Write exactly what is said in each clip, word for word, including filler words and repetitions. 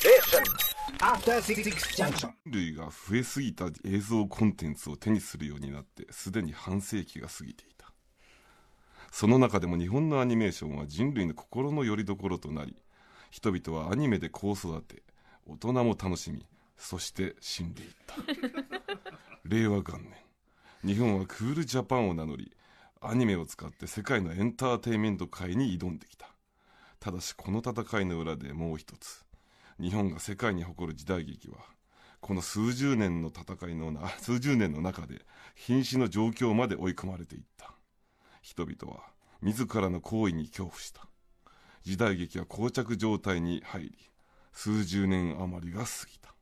人類が増えすぎた映像コンテンツを手にするようになってすでに半世紀が過ぎていた。その中でも日本のアニメーションは人類の心の拠り所となり、人々はアニメで子を育て、大人も楽しみ、そして死んでいった。令和元年、日本はクールジャパンを名乗り、アニメを使って世界のエンターテインメント界に挑んできた。ただしこの戦いの裏でもう一つ、日本が世界に誇る時代劇はこの数十年の戦いのな数十年の中で瀕死の状況まで追い込まれていった。人々は自らの行為に恐怖した。時代劇は膠着状態に入り、数十年余りが過ぎた。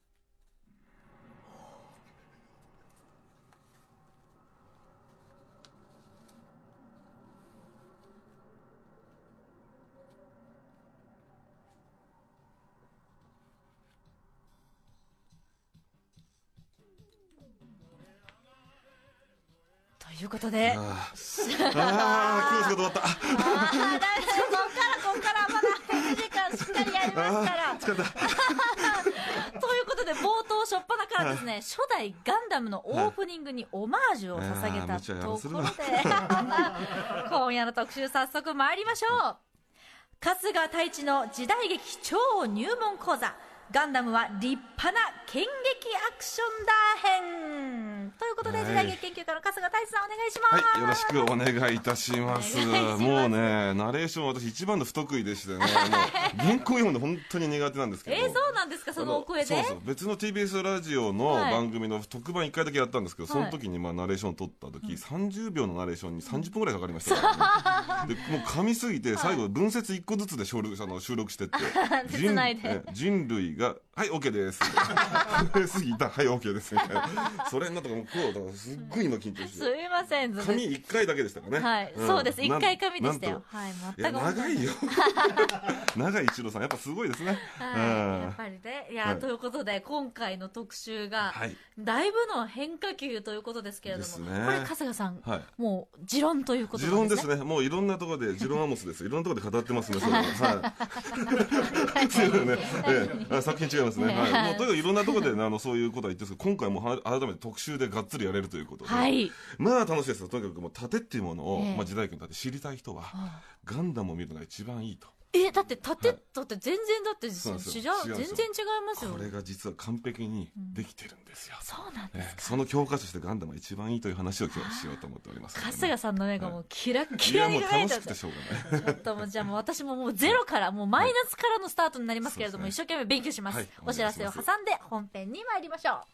ということで、 あーあー、今日仕事終わった。 あー、だいぶここからここからまだいちじかんしっかりやりますから。 疲れた。 ということで冒頭初っ端からですね、初代ガンダムのオープニングにオマージュを捧げたところで、今夜の特集早速参りましょう。春日太一の時代劇超入門講座、ガンダムは立派な剣劇アクションだ編ということで、はい、時代劇研究家の春日太一さんお願いします。 はい、よろしくお願いいたします。もうね、ナレーション私一番の不得意でしてね、もう原稿読むの本当に苦手なんですけど。 えー、そうなんですか、そのお声で。 そうそう、別の ティービーエス ラジオの番組の特番いっかいだけやったんですけど、はい、その時にまあナレーションを撮った時、はい、さんじゅうびょうのナレーションにさんじゅっぷんぐらいかかりましたからね。でもう噛みすぎて最後文節いっこずつで収録、あの収録してって切ないで人類がはい OK です増えすぎたはい OK ですみたいな、それになったからもうこうだからすっごい今緊張して、 すいません、 紙いっかいだけでしたかね。 はい、うん、そうです、いっかい紙でしたよ。はい、 全く長いよ長井一郎さんやっぱすごいですね。 はい、やっぱりね。いや、はい、ということで今回の特集が、はい、だいぶの変化球ということですけれども、ね、これ春日さん、はい、もう持論ということなんですね。 持論ですね。もういろんなところで持論アモスですいろんなところで語ってますね。それははいすいませんね、ええ、作品違いますね。はい、もうとにかくいろんなところで、ね、あのそういうことは言ってるんですけど、今回も改めて特集でがっつりやれるということで、はい、まあ楽しいですよ。とにかくもう盾っていうものを、えーまあ、時代劇に立って知りたい人は、はあ、ガンダムを見るのが一番いいと。 え、だって盾だって全然だって違う、全然違いますよ。 これが実は完璧にできてるんですよ。 うん、そうなんですか。 えー、その教科書としてガンダムが一番いいという話を今日はしようと思っております、ね。 春日さんの目がもうキラキラに輝いちゃって。 楽しくてしょうがない。 ちょっともうじゃあもう私ももうゼロからもうマイナスからのスタートになりますけれども、はい、一生懸命勉強します。はい、お知らせを挟んで本編に参りましょう。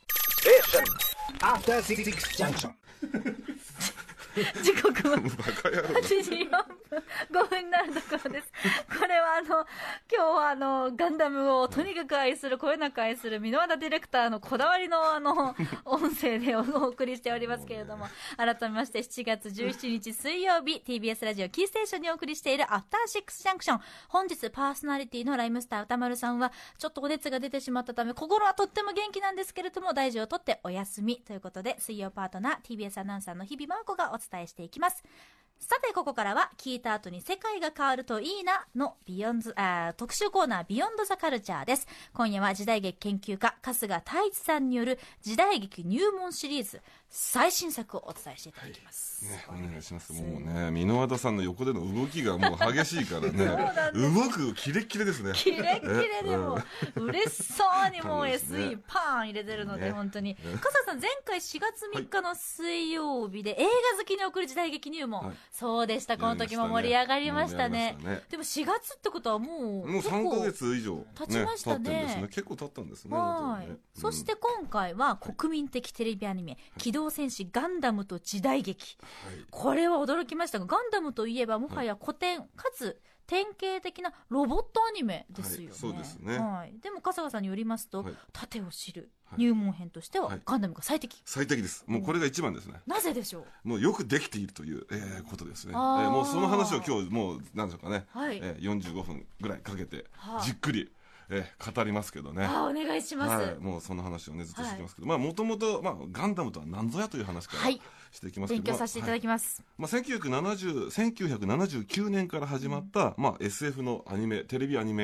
時刻ははちじよんぷんごふんになるところです。これはあの今日はあのガンダムをとにかく愛する、こよなく愛する箕輪田ディレクターのこだわりのあの音声でお送りしておりますけれども、改めましてしちがつじゅうしちにち水曜日 ティービーエス ラジオキーステーションにお送りしているアフターシックスジャンクション。本日パーソナリティのライムスター歌丸さんはちょっとお熱が出てしまったため、心はとっても元気なんですけれども大事をとってお休みということで、水曜パートナー ティービーエス アナウンサーの日々真央子がお伝えしていきます。さてここからは聞いた後に世界が変わるといいなのビヨンズあ特集コーナービヨンドザカルチャーです。今夜は時代劇研究家春日太一さんによる時代劇入門シリーズ最新作をお伝えしていただきます。 はい、ね、お願いします。もうね、箕輪田さんの横での動きがもう激しいからね動くキレッキレですね。 キレッキレでも嬉しそうにもう エスイー パーン入れてるので、ね、本当に春日さん前回しがつみっかの水曜日で映画好きに送る時代劇入門、はい、そうでした。この時も盛り上がりましたね。ね、でもしがつってことはもうもうさんかげつ以上経ちました ね, ね, ね結構経ったんですね。 はい、ね、うん、そして今回は国民的テレビアニメ、はい、機動戦士ガンダムと時代劇、はい、これは驚きましたが、ガンダムといえばもはや古典かつ典型的なロボットアニメですよね。はい、そうですね。はい、でも春日さんによりますと、はい、盾を知る入門編としては、はい、ガンダムが最適。 最適です。もうこれが一番ですね。 なぜでしょう。 もうよくできているという、えー、ことですね。えー、もうその話を今日もう何でしょうかね、はい、えー、よんじゅうごふんぐらいかけてじっくり、えー、語りますけどね。 あ、お願いします。 はい、もうその話をねずっとしてきますけど、はい、まあもともとまあガンダムとは何ぞやという話から、はい、していきますけど、 勉強させていただきます。 まあ、せんきゅうひゃくななじゅう、せんきゅうひゃくななじゅうきゅうねんから始まった、うん、まあ、エスエフ のアニメテレビアニメ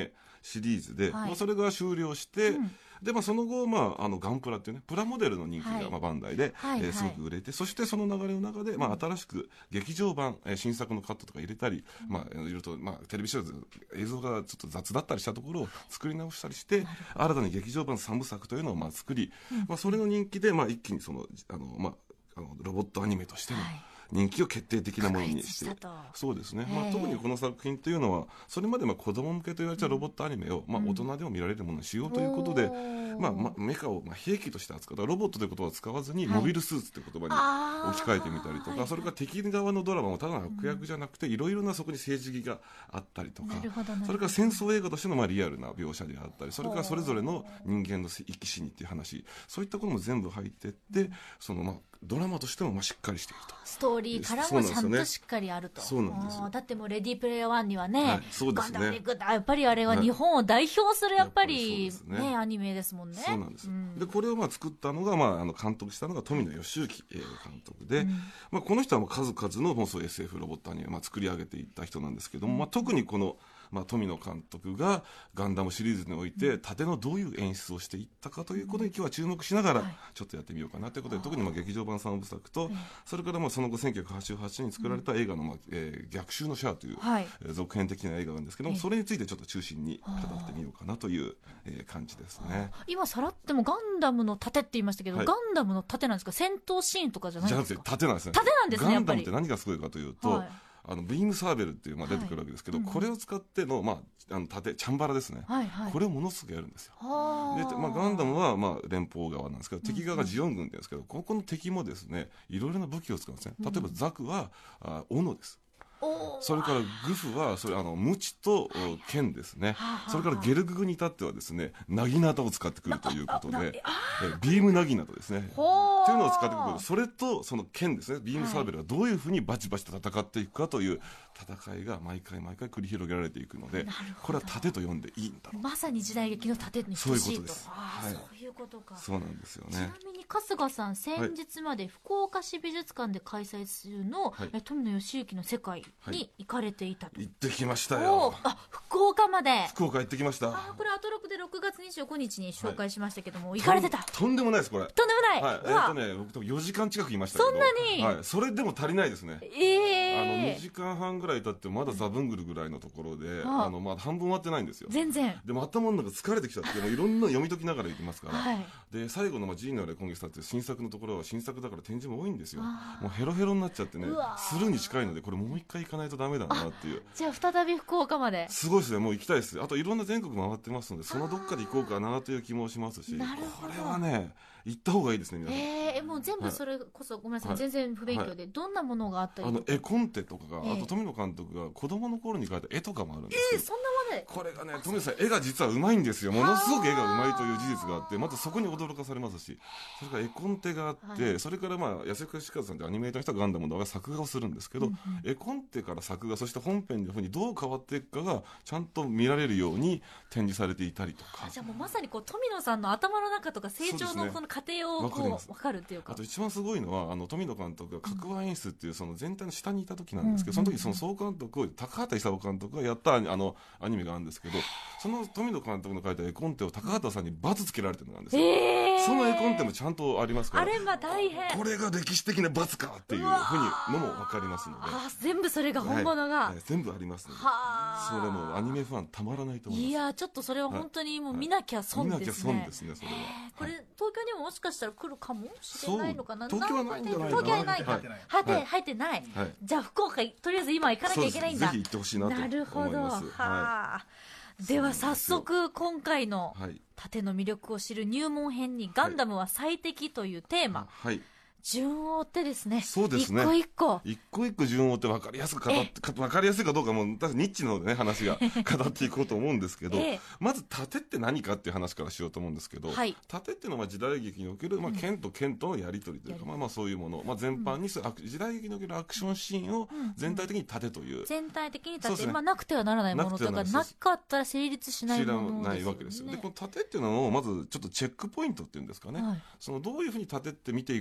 シリーズで、 はい、 まあ、それが終了して、うん、でまあ、その後、まあ、あのガンプラっていうねプラモデルの人気が、はい、まあ、バンダイで、はいえー、すごく売れて、はい、そしてその流れの中で、まあ、新しく劇場版、えー、新作のカットとか入れたり、うん、まあ、いろいろと、まあ、テレビシリーズ映像がちょっと雑だったりしたところを作り直したりして新たに劇場版さんぶさくというのをまあ作り、うんまあ、それの人気で、まあ、一気にそのあの、まあ、あのロボットアニメとしての、はい人気を決定的なものにしてそうですね、まあ、特にこの作品というのはそれまでまあ子供向けと言われたロボットアニメを、まあ、大人でも見られるものにしようということで、うんまあ、まあメカをまあ兵器として扱ったロボットという言葉を使わずに、はい、モビルスーツという言葉に置き換えてみたりとか、それから敵側のドラマもただの悪役じゃなくていろいろなそこに政治義があったりとか、それから戦争映画としてのまあリアルな描写であったり、それからそれぞれの人間の生き死にっていう話、そういったことも全部入っていってそのまあドラマとしてもまあしっかりしていると、 ストーリーからもちゃんとしっかりあると。 そうなんですよ。 だってもうレディープレイヤーワンにはね、 はい、そうですね、 ガンダムに行くやっぱりあれは日本を代表するやっぱり、ねね、アニメですもんね。 そうなんです、うん、でこれをまあ作ったのが、まあ、あの監督したのが富野義行監督で、うんまあ、この人はもう数々のもうそう エスエフ ロボットアニメをまあ作り上げていった人なんですけども、うんまあ、特にこのまあ、富野監督がガンダムシリーズにおいて縦のどういう演出をしていったかということに今日は注目しながらちょっとやってみようかなということで、特にまあ劇場版さんぶさくとそれからまあその後せんきゅうひゃくはちじゅうはちねんに作られた映画のまあえー逆襲のシャアという続編的な映画なんですけども、それについてちょっと中心に語ってみようかなというえー感じですね。 今さらってもガンダムの盾って言いましたけど、はい、ガンダムの盾なんですか、戦闘シーンとかじゃないですか。 じゃなくて盾なんですね。 盾なんですね。 ガンダムって何がすごいかというと、はいあのビームサーベルっていうまあ出てくるわけですけど、はいうん、これを使っての、まあ、あの盾チャンバラですね、はいはい、これをものすごくやるんですよ。で、まあ、ガンダムはまあ連邦側なんですけど、敵側がジオン軍ですけど、ここの敵もですねいろいろな武器を使うんですね。例えばザクはあ斧です。それからグフはそれあのムチと剣ですね、はい、それからゲルググに至ってはですねナギナタを使ってくるということでえビームナギナタですねというのを使ってくる。それとその剣ですねビームサーベルがどういうふうにバチバチと戦っていくかという戦いが毎回毎回繰り広げられていくので、これは盾と呼んでいいんだろう。 まさに時代劇の盾に等しいと。そういうことです。 あ、 はい、そういうことか。 そうなんですよね。 ちなみに春日さん先日まで福岡市美術館で開催中の、はい、富野義行の世界に行かれていたと、 はい、行ってきましたよ。 あ、福岡まで。 福岡行ってきました。 あ、これアトロクでろくがつにじゅうごにちに紹介しましたけども、はい、行かれてた。 とんでもないですこれ。 とんでもない。 はい、えー、っとね僕よじかん近くいましたけど。 そんなに、 はい、それでも足りないですね。 ええー、 あのにじかんはんぐらい経ってまだザブングルぐらいのところで、あのまだ半分終わってないんですよ。 全然。 でも頭の中疲れてきちゃってもういろんな読み解きながら行きますから、はい、で最後のまあジーノレコンギスタって新作のところは新作だから展示も多いんですよ。もうヘロヘロになっちゃってね、スルーに近いのでこれもう一回行かないとダメだなっていう。 じゃあ再び福岡まで。 すごいですね。もう行きたいです。あといろんな全国回ってますのでそのどっかで行こうかなという気もしますし、これはね行った方がいいですね皆さん。 えー、もう全部それこそ、はい、ごめんなさい、はい、全然不勉強で、はい、どんなものがあったりとか。 あの絵コンテとかが、えー、あと富野監督が子供の頃に描いた絵とかもあるんですけど、 えー、そんなまで。 これがね富野さん絵が実はうまいんですよ。ものすごく絵がうまいという事実があってまたそこに驚かされますし、それから絵コンテがあって、はい、それからまあ安岡義和さんってアニメーターの人はガンダムの作画をするんですけど、うんうん、絵コンテから作画そして本編のふうにどう変わっていくかがちゃんと見られるように展示されていたりとか。 じゃあもうまさにこう富野さんの頭の中とか成長のこの過程をこう分かるっていうか。 あと一番すごいのはあの富野監督が角話演出っていうその全体の下にいた時なんですけど、その時その総監督を高畑勲監督がやったあのアニメがあるんですけど、その富野監督の書いた絵コンテを高畑さんに罰つけられてるのがあるんですよ。えー、その絵コンテもちゃんとありますから、 あれは大変。 これが歴史的な罰かっていうふうにのも分かりますので、 あ全部それが本物が、 はいはい、全部ありますので、はそれもアニメファンたまらないと思います。 いやちょっとそれは本当にもう見なきゃ損ですね。 見なきゃ損ですねそれは。 これ東京にももしかしたら来るかもしれないのかな。 東京はないんじゃないかな。 東京はないか。はい、入ってない。はい、じゃあ福岡とりあえず今行かなきゃいけないんだ。 ぜひ行ってほしいなと思います。 なるほど。はあ。では早速今回の盾の魅力を知る入門編にガンダムは最適というテーマ。はい。順を追ってですね。 そうですね。 一個一個。 一個一個順を追って分かりやすく語って、分かりやすいかどうかも、ニッチなのでね、話が語っていこうと思うんですけど、ええ、まず盾って何かっていう話からしようと思うんですけど、はい、盾っていうのは時代劇における、まあ、剣と剣とのやり取りというか、うん、まあまあそういうもの、まあ全般に、うん、時代劇におけるアクションシーンを全体的に盾という。うん、 全体的に盾、ね、まあなくてはならないものというか、なかったら成立しないものですよね。 ないわけですよ。で、この盾っていうのをまずちょっとチェックポイントっていうんですかね。はい、そのどういうふうに盾って見ていくと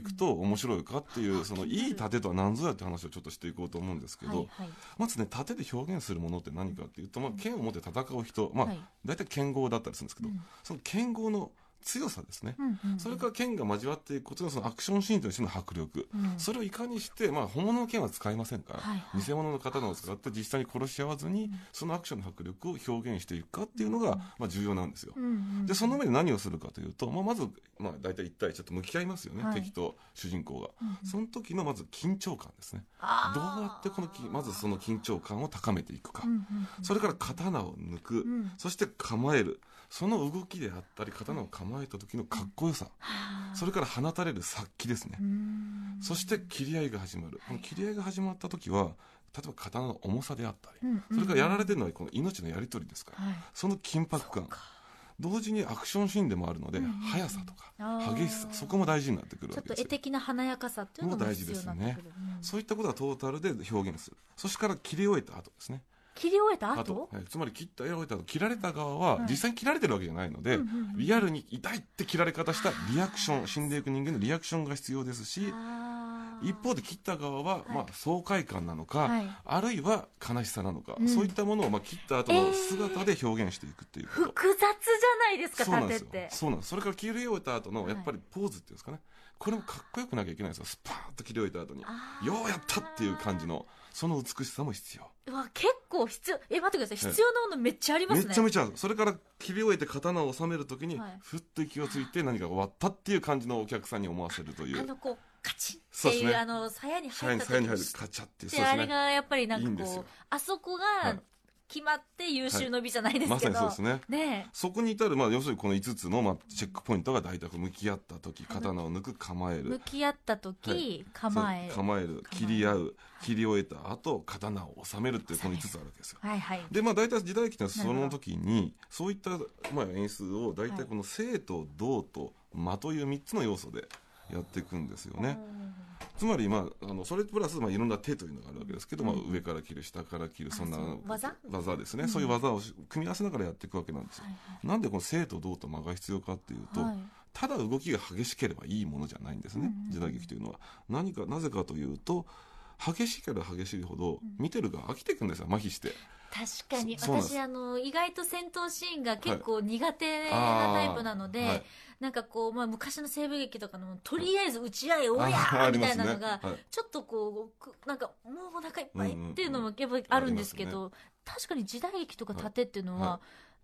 面白いかっていう、そのいい盾とは何ぞやって話をちょっとしていこうと思うんですけど、はいはい、まずね、盾で表現するものって何かっていうと、まあ、剣を持って戦う人、まあ、大体剣豪だったりするんですけど、うん、その剣豪の強さですね、うんうんうん、それから剣が交わっていくことのそのアクションシーンとしての迫力、うん、それをいかにして、まあ、本物の剣は使いませんから、はいはい、偽物の刀を使って実際に殺し合わずに、うん、そのアクションの迫力を表現していくかっていうのが、うん、まあ、重要なんですよ、うんうん、でその上で何をするかというと、まあ、まず、まあ、大体いち対いちと向き合いますよね、はい、敵と主人公が、うん、その時のまず緊張感ですね、どうやってこのまずその緊張感を高めていくか、うんうんうん、それから刀を抜く、うん、そして構える、その動きであったり刀を構えた時のかっこよさ、うん、それから放たれる殺気ですね、そして切り合いが始まる、この切り合いが始まった時は例えば刀の重さであったり、うん、それからやられてるのはこの命のやり取りですから、はい、その緊迫感、同時にアクションシーンでもあるので、うんうんうん、速さとか激しさ、そこも大事になってくるわけですよ。 ちょっと絵的な華やかさっていうのも必要になってくる、もう大事ですよね、うん、そういったことはトータルで表現する。そしてから切り終えた後ですね、切り終えた後、はい、つまり切った終えた後、切られた側は実際に切られてるわけじゃないので、はい、リアルに痛いって切られ方したリアクション、死んでいく人間のリアクションが必要ですし、一方で切った側は、まあ、爽快感なのか、はい、あるいは悲しさなのか、うん、そういったものを、まあ、切った後の姿で表現していくっていうこと、えー、複雑じゃないですか、盾って。そうなんです。それから切り終えた後のやっぱりポーズっていうんですかね、これもかっこよくなきゃいけないんですよ。スパーッと切り終えた後にようやったっていう感じの、その美しさも必要。うわ、結構必要。え、待ってください、必要なものめっちゃありますね。めちゃめちゃある。それから切り終えて刀を収めるときに、はい、ふっと息をついて何かが終わったっていう感じのお客さんに思わせるという、あのこうカチッっていう、ね、あの鞘に入った時にカチャっていう、そうですね、あれがやっぱりなんかこう、あそこが、はい、決まって優秀の美じゃないですけど、はい、まさにそうですね。ね、そこに至る、まあ、要するにこのいつつの、まあ、チェックポイントが大体向き合った時、刀を抜く、構える、向き合った時、はい、構える構える、切り合う、切り終えた後刀を収めるっていう、このいつつあるわけですよ。はいはい、で、まあ、大体時代劇のその時にそういった、まあ、演出を大体この静と動と間というみっつの要素でやっていくんですよね。つまり、まあ、あのそれプラス、まあ、いろんな手というのがあるわけですけど、うん、まあ、上から切る、下から切る、そんな技技ですね、うん、そういう技を組み合わせながらやっていくわけなんですよ、はいはい、なんでこの静と動と間が必要かっていうと、はい、ただ動きが激しければいいものじゃないんですね、うんうん、時代劇というのは。何かなぜかというと、激しければ激しいほど見てるが飽きていくんですよ、麻痺して。確かに私あの意外と戦闘シーンが結構苦手なタイプなので、はい、なんかこう、まあ、昔の西部劇とかのとりあえず打ち合いおやーみたいなのが、ね、ちょっとこうなんかもうお腹いっぱいっていうのもやっぱりあるんですけど、うんうんね、確かに時代劇とか盾っていうのは、はいはい、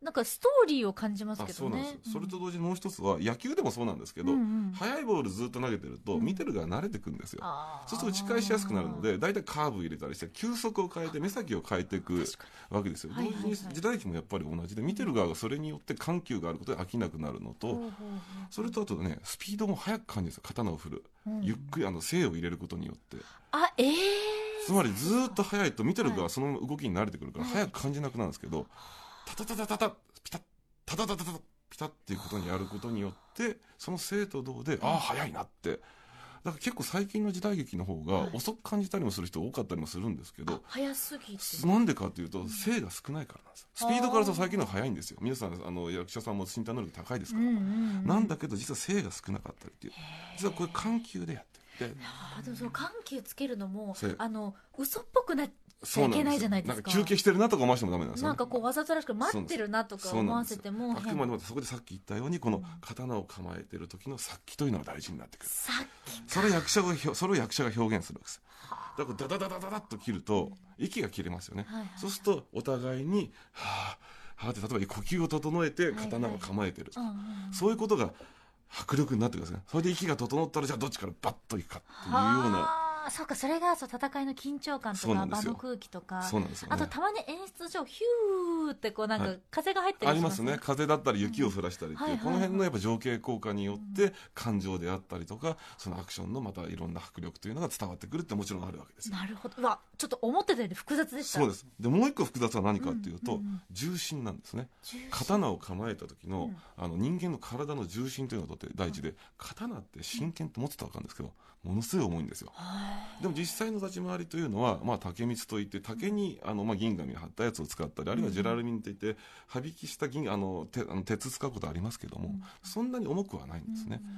なんかストーリーを感じますけどね。そうなんですよ、うん、それと同時にもう一つは野球でもそうなんですけど、うんうん、速いボールずっと投げてると見てる側慣れてくるんですよ、うん、そうすると打ち返しやすくなるので、だいたいカーブ入れたりして球速を変えて目先を変えていくわけですよ。同時に時代劇もやっぱり同じで、見てる側がそれによって緩急があることで飽きなくなるのと、それとあとね、スピードも速く感じるんですよ。刀を振る、うん、ゆっくりあの静を入れることによって、あ、えー、つまりずっと速いと見てる側はその動きに慣れてくるから速く感じなくなるんですけど、タタタタタタピタッタタタタタピタッっていうことにやることによって、その静と動で、ああ速いなって、だから結構最近の時代劇の方が遅く感じたりもする人多かったりもするんですけど、はい、早すぎてなんでかというと、静が少ないからなんです。スピードからと最近の方が速いんですよ。皆さんあの役者さんも身体能力高いですから、うんうんうん、なんだけど実は静が少なかったりっていう、実はこれ緩急でやってる。であでもその緩急つけるのもあの嘘っぽくなっちゃいけないじゃないですか。なんか休憩してるなとか思わせてもダメなんですよね。なんかこうわざとらしく待ってるなとか思わせても、あくまでもそこでさっき言ったように、この刀を構えてる時の殺気というのが大事になってくる。殺気、それを役者がそれを役者が表現するわけです。だからダダダダダダッと切ると息が切れますよね、はいはいはい、そうするとお互いにはぁはぁって、例えば呼吸を整えて刀を構えてる、はいはい、そういうことが迫力になってくるんですね。それで息が整ったら、じゃあどっちからバッといくかっていうような。あ、そうか、それがそう戦いの緊張感とか場の空気とか、そうなんですよ、ね、あとたまに演出上ヒューってこうなんか風が入ったりしますね、はい、ありますね。風だったり雪を降らしたりっていう、うんはいはいはい、この辺のやっぱ情景効果によって感情であったりとか、そのアクションのまたいろんな迫力というのが伝わってくるってもちろんあるわけですよ。なるほど。うわ、ちょっと思ってたより複雑でした。そうです。でもう一個複雑は何かっていうと、うんうん、重心なんですね。刀を構えた時の、うん、あの人間の体の重心というのがとって大事で、刀って真剣って持ってたら分かるんですけど、ものすごい重いんですよ。でも実際の立ち回りというのは、まあ、竹光といって竹にあの、まあ、銀紙を貼ったやつを使ったり、あるいはジェラルミンといって刃引きした銀あの 鉄, あの鉄使うことありますけども、そんなに重くはないんですね。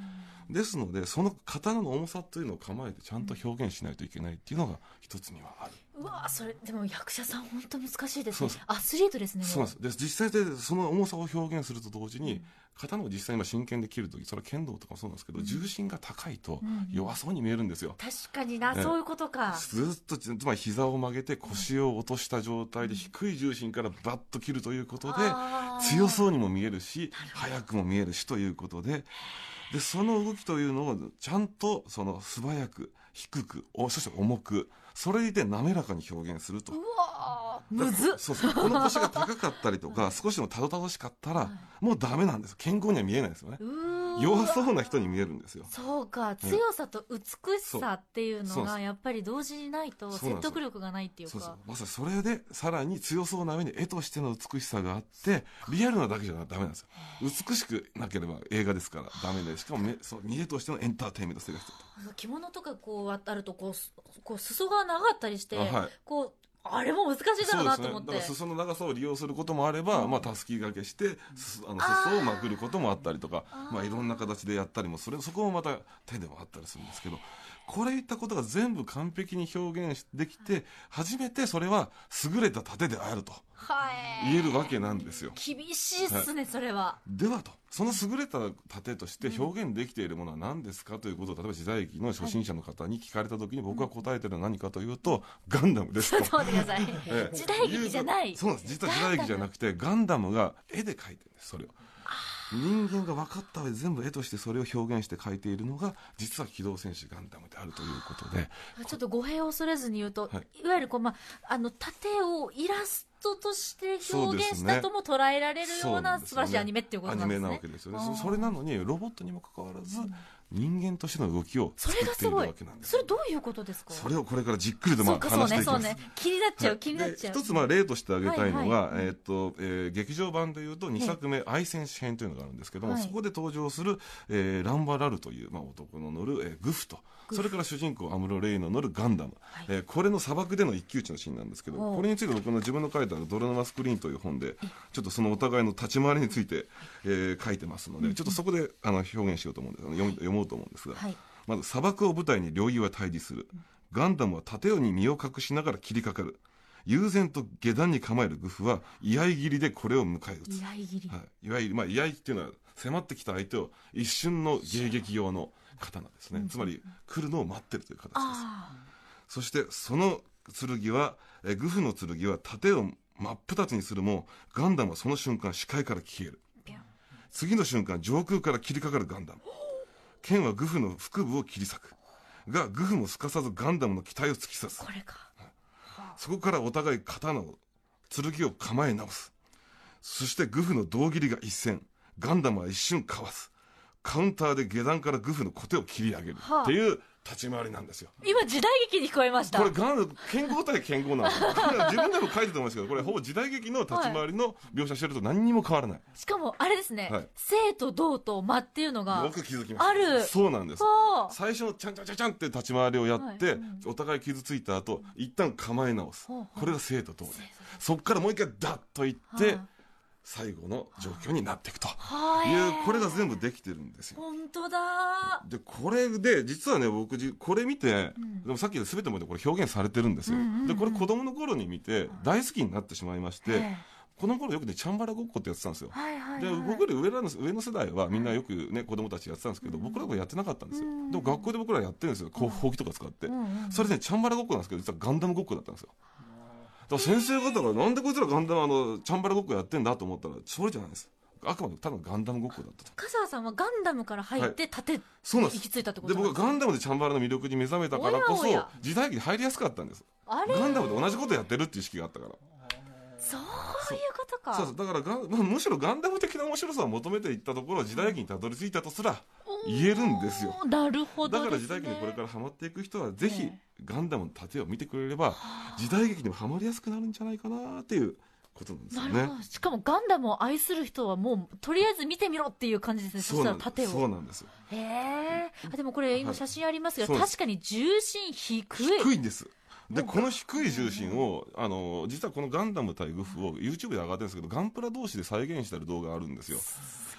ですのでその刀の重さというのを構えてちゃんと表現しないといけないっていうのが一つにはある。 うわそれでも役者さん本当難しいですね。 そうですアスリートですね。 そうなんです。で実際でその重さを表現すると同時に、うん、刀を実際に真剣で切るとき、それは剣道とかもそうなんですけど、うん、重心が高いと弱そうに見えるんですよ。 確かにな、そういうことか。 ずっとつまり膝を曲げて腰を落とした状態で低い重心からバッと切るということで、強そうにも見えるし速くも見えるしということで、でその動きというのをちゃんとその素早く低くそして重く、それで滑らかに表現すると。 うわむずっ。 そうそう、この腰が高かったりとか少しでもたどたどしかったらもうダメなんですよ。健康には見えないですよね。弱そうな人に見えるんですよ。 そうか、強さと美しさっていうのがやっぱり同時にないと説得力がないっていうか。 そうそう、まさにそれでさらに強そうな上に絵としての美しさがあってリアルなだけじゃダメなんですよ。美しくなければ映画ですからダメで、しかも目そう見栄としてのエンターテインメント性が必要と。 着物とかこうあるとこうこう裾が長かったりして、はい、こうあれも難しいだろうなと思って、 そうですね、だから裾の長さを利用することもあれば、うん、まあ、たすき掛けして、うん、あの裾をまくることもあったりとか、まあ、いろんな形でやったりも、それそこもまた手でもあったりするんですけど、これいったことが全部完璧に表現できて初めてそれは優れた盾であると言えるわけなんですよ。 厳しいっすね、はい、それは。 ではと、その優れた盾として表現できているものは何ですかということを、例えば時代劇の初心者の方に聞かれた時に僕が答えているのは何かというと、ガンダムですと。 ちょっと待ってください、ええ、時代劇じゃない。 そうなんです、実は時代劇じゃなくてガンダムが絵で描いてるんです。それを人間が分かった上で全部絵としてそれを表現して描いているのが実は機動戦士ガンダムであるということで、 ちょっと語弊を恐れずに言うと、はい、いわゆるこう、まあ、あの盾をイラストとして表現したとも捉えられるような素晴らしいアニメっていうことなんですね。 アニメなわけですよね。それなのにロボットにもかかわらず、うん、人間としての動きを作っているわけなんです。 それどういうことですか。 それをこれからじっくりとまあ話していきます。そうね、そうね、 気になっちゃう、はい、気になっちゃう。 一つまあ例として挙げたいのが、はいはい、えーっとえー、劇場版でいうとにさくめ愛戦士編というのがあるんですけども、はい、そこで登場する、えー、ランバラルという、まあ、男の乗る、えー、グフと、それから主人公アムロ・レイの乗るガンダム、はい、えー、これの砂漠での一騎打ちのシーンなんですけど、これについて僕の自分の書いたドラマスクリーンという本でちょっとそのお互いの立ち回りについて、えー、書いてますので、ちょっとそこであの表現しようと思うんです、読, 読もうと思うんですが、はい、まず砂漠を舞台に両翼は対峙する。ガンダムは盾に身を隠しながら切りかかる。悠然と下段に構えるグフは居合切りでこれを迎え撃つ。 居合切り、 はい、いわゆる、まあ、居合っていうのは迫ってきた相手を一瞬の迎撃用の刀ですね、うん、つまり来るのを待ってるという形です。そしてその剣はえグフの剣は盾を真っ二つにするもガンダムはその瞬間視界から消える。次の瞬間上空から切りかかるガンダム。剣はグフの腹部を切り裂くが、グフもすかさずガンダムの機体を突き刺す。 これか。 そこからお互い刀を剣を構え直す。そしてグフの胴切りが一閃、ガンダムは一瞬かわす。カウンターで下段からグフの小手を切り上げるっていう立ち回りなんですよ。 今時代劇に聞こえました。 これガン剣豪対剣豪なんですよ。自分でも書いてたと思うんですけど、これほぼ時代劇の立ち回りの描写してると何にも変わらない。 しかもあれですね、はい、生と動と魔っていうのがよく気づきました。 ある。 そうなんです。最初のチャンチャンチャンチャンって立ち回りをやって、はい、お互い傷ついた後一旦構え直す、これが生と動で、そこからもう一回ダッといって、はあ、最後の状況になっていくという、これが全部できてるんですよ。 本当だ。 でこれで実はね、僕これ見て、うん、でもさっきの全てもこれ表現されてるんですよ、うんうんうん、でこれ子供の頃に見て大好きになってしまいまして、この頃よくねチャンバラごっこってやってたんですよ、はいはいはい、で僕より上の上の世代はみんなよくね子供たちやってたんですけど、僕らはやってなかったんですよ、うん、でも学校で僕らやってるんですよ、こうほうきとか使って、うんうんうん、それで、ね、チャンバラごっこなんですけど実はガンダムごっこだったんですよ。だから先生方がなんでこいつらガンダムあのチャンバラごっこやってんだと思ったらそれじゃないです。あくまでただのガンダムごっこだったと。 笠原さんはガンダムから入って盾、はい、そうなんです。行き着いたってことなんですか。 で僕はガンダムでチャンバラの魅力に目覚めたからこそおやおや時代劇に入りやすかったんです。あれガンダムで同じことやってるっていう意識があったから。 そういうことか。 そうそう、だからガン、まあ、むしろガンダム的な面白さを求めていったところ時代劇にたどり着いたとすら言えるんですよ。 なるほどですね。 だから時代劇にこれからハマっていく人はぜひガンダムの盾を見てくれれば時代劇にもハマりやすくなるんじゃないかなっていうことなんですよね。 なるほど。しかもガンダムを愛する人はもうとりあえず見てみろっていう感じですね。そしたら盾を。 そうなんですよ。 へえ。でもこれ今写真ありますが、はい、確かに重心低い。 低いんです。でこの低い重心をあの実はこのガンダム対グフを YouTube で上がってるんですけど、ガンプラ同士で再現してる動画があるんですよ。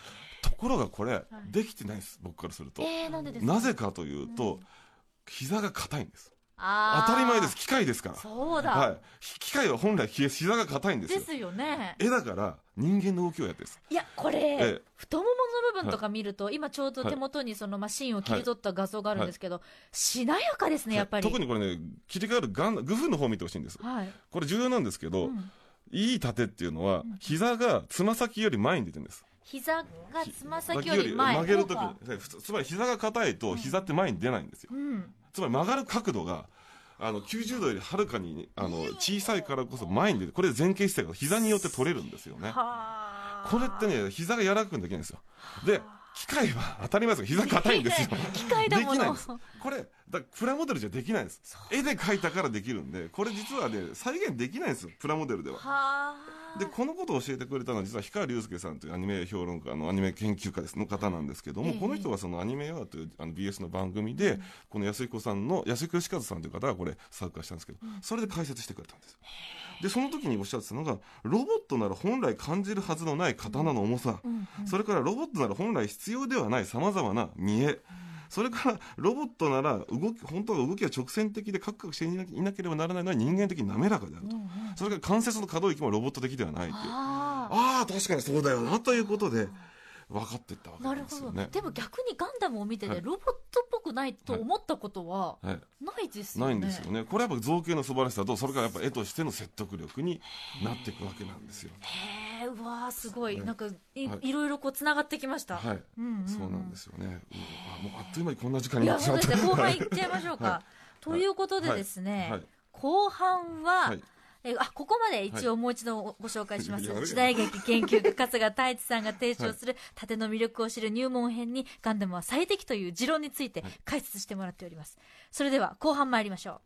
ところがこれ、はい、できてないです、僕からすると。 えー、なんでですか？ なぜかというと、うん、膝が硬いんです。 あ当たり前です、機械ですから。 そうだ、 はい、機械は本来膝が硬いんですよ。 ですよね。 絵だから人間の動きをやってるんです。 いやこれ太ももの部分とか見ると、はい、今ちょうど手元にそのマシンを切り取った画像があるんですけど、はい、しなやかですね、やっぱり。 特にこれね、切り替わるガングフの方を見てほしいんです、はい、これ重要なんですけど、うん、いい盾っていうのは、うん、膝がつま先より前に出てるんです。 膝がつま先より前、 曲げるときに、つまり膝が硬いと膝って前に出ないんですよ、うん、つまり曲がる角度があのきゅうじゅうどよりはるかにあの小さいからこそ前に出る。これ前傾姿勢が膝によって取れるんですよね。これってね、膝が柔らかくできないんですよ。で機械は当たり前ですが膝硬いんですよ。 機械だもの。 できないんです。これだプラモデルじゃできないんです。絵で描いたからできるんで、これ実はね再現できないんですよ、プラモデルでは。はでこのことを教えてくれたのは実は氷川隆介さんというアニメ評論家のアニメ研究家ですの方なんですけども、えー、この人はそのアニメアワーというあの ビーエス の番組で、うん、この安彦さんの安彦義和さんという方がこれ参加したんですけど、うん、それで解説してくれたんです。でその時におっしゃってたのが、ロボットなら本来感じるはずのない刀の重さ、うんうん、それからロボットなら本来必要ではないさまざまな見え、それからロボットなら動き本当は動きが直線的でカクカクしていなければならないのは人間的に滑らかであると、うんうん、それから関節の可動域もロボット的ではないという、ああ確かにそうだよなということで分かっていったわけなんですよね。 なるほど。でも逆にガンダムを見てて、はい、ロボットっぽくないと思ったことはないですよね。 ないんですよね。これはやっぱ造形の素晴らしさと、それからやっぱ絵としての説得力になっていくわけなんですよ。 へー、うわーすごい、ね、なんか い,、はい、いろいろこうつながってきました。 はい、うんうんうん、そうなんですよね。うわもうあっという間にこんな時間になってしまった。いやそうですね、後半いっちゃいましょうか。はい、ということでですね、はいはい、後半は、はい、えあここまで一応もう一度ご紹介します、はい、時代劇研究家春日太一さんが提唱する盾の魅力を知る入門編に、ガンダムは最適という持論について解説してもらっております。それでは後半参りましょ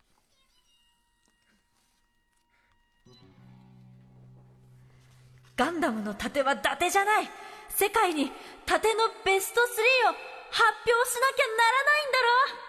う。ガンダムの盾は伊達じゃない、世界に盾のベストスリーを発表しなきゃならないんだろ。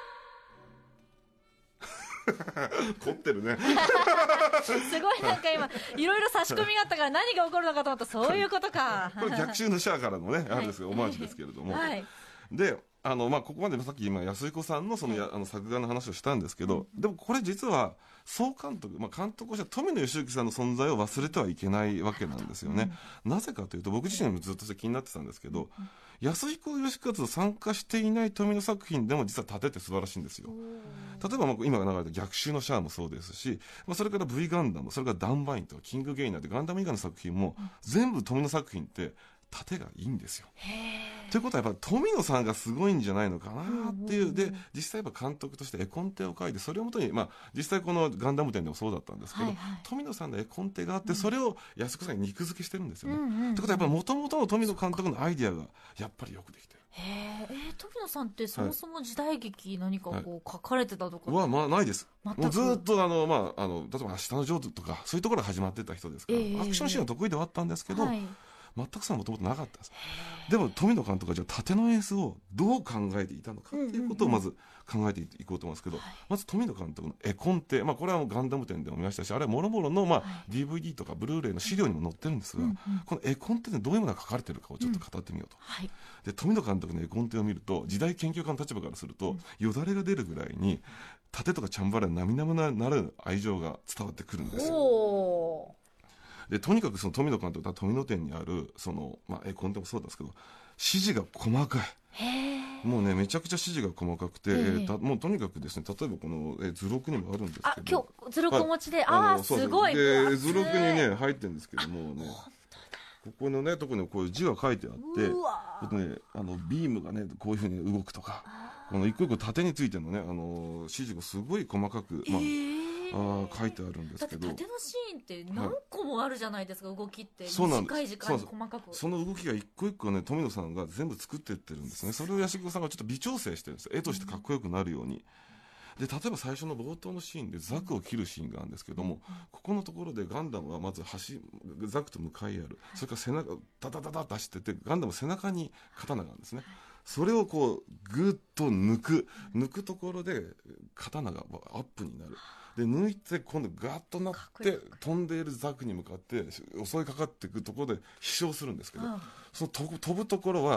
凝ってるねすごいなんか今いろいろ差し込みがあったから何が起こるのかと思ったらそういうことか。 これ逆襲のシャアからのね、あれですけど、オマージュですけれども、はい、であの、まあ、ここまでさっき今安彦さんのそのや、はい、あの作画の話をしたんですけど、うん、でもこれ実は総監督、まあ、監督をした富野義行さんの存在を忘れてはいけないわけなんですよね、うん、なぜかというと僕自身もずっと気になってたんですけど、うん、安彦義和と参加していない富野作品でも実は盾って素晴らしいんですよ。例えばまあ今流れた逆襲のシャアもそうですし、まあ、それから V ガンダム、それからダンバインとかキングゲイナーでガンダム以外の作品も全部富野作品って盾がいいんですよ。ということはやっぱり富野さんがすごいんじゃないのかなっていう。で実際やっぱ監督として絵コンテを書いて、それをもとに、まあ、実際このガンダム展でもそうだったんですけど、はいはい、富野さんの絵コンテがあって、それを安子さんに肉付けしてるんですよね。と、うんうん、いうことはやっぱりもともとの富野監督のアイディアがやっぱりよくできてる。 へえー、富野さんってそもそも時代劇何かこう書かれてたとか、 はい、はまあないです。もうずっとあの、まあ、あの例えば「明日のジョー」とかそういうところが始まってた人ですから、えー、アクションシーンは得意ではあったんですけど、はい、全くそれはもともとなかったんです。でも富野監督はじゃあ盾の演出をどう考えていたのかっていうことをまず考えていこうと思うんですけど、うんうんうん、まず富野監督の絵コンテ、まあ、これはもうガンダム展でも見ましたし、あれはもろもろの、まあ、ディーブイディー とかブルーレイの資料にも載ってるんですが、うんうん、この絵コンテでどういうものが書かれているかをちょっと語ってみようと、うんはい、で富野監督の絵コンテを見ると、時代研究家の立場からすると、うん、よだれが出るぐらいに盾とかチャンバラに涙目なる愛情が伝わってくるんですよ。でとにかくその富野監督は富野店にあるその、まあ、絵コンテもそうなんですけど、指示が細かい。もうねめちゃくちゃ指示が細かくて、えー、たもうとにかくですね、例えばこのえ図録にもあるんですけど、あ今日図録お持ちで、はい、ああすごいで図録にね入ってるんですけどもね、ここのねとこにこういう字が書いてあって、ね、あのビームがねこういうふうに動くとか、この一個一個縦についてのねあの指示がすごい細かく、まあ、えーあ書いてあるんですけど、 だって縦のシーンって何個もあるじゃないですか、はい、動きって短い時間に細かく、 その動きが一個一個ね富野さんが全部作っていってるんですね。それを安彦さんがちょっと微調整してるんですよ、絵としてかっこよくなるように。で例えば最初の冒頭のシーンでザクを切るシーンがあるんですけども、うん、ここのところでガンダムはまず橋ザクと向かい合う、それから背中ダダダダッと走ってて、ガンダム背中に刀があるんですね。それをこうグッと抜く抜くところで刀がアップになる。で抜いて今度ガッとなって飛んでいるザクに向かって襲いかかっていくところで飛翔するんですけど、うん、その飛ぶところは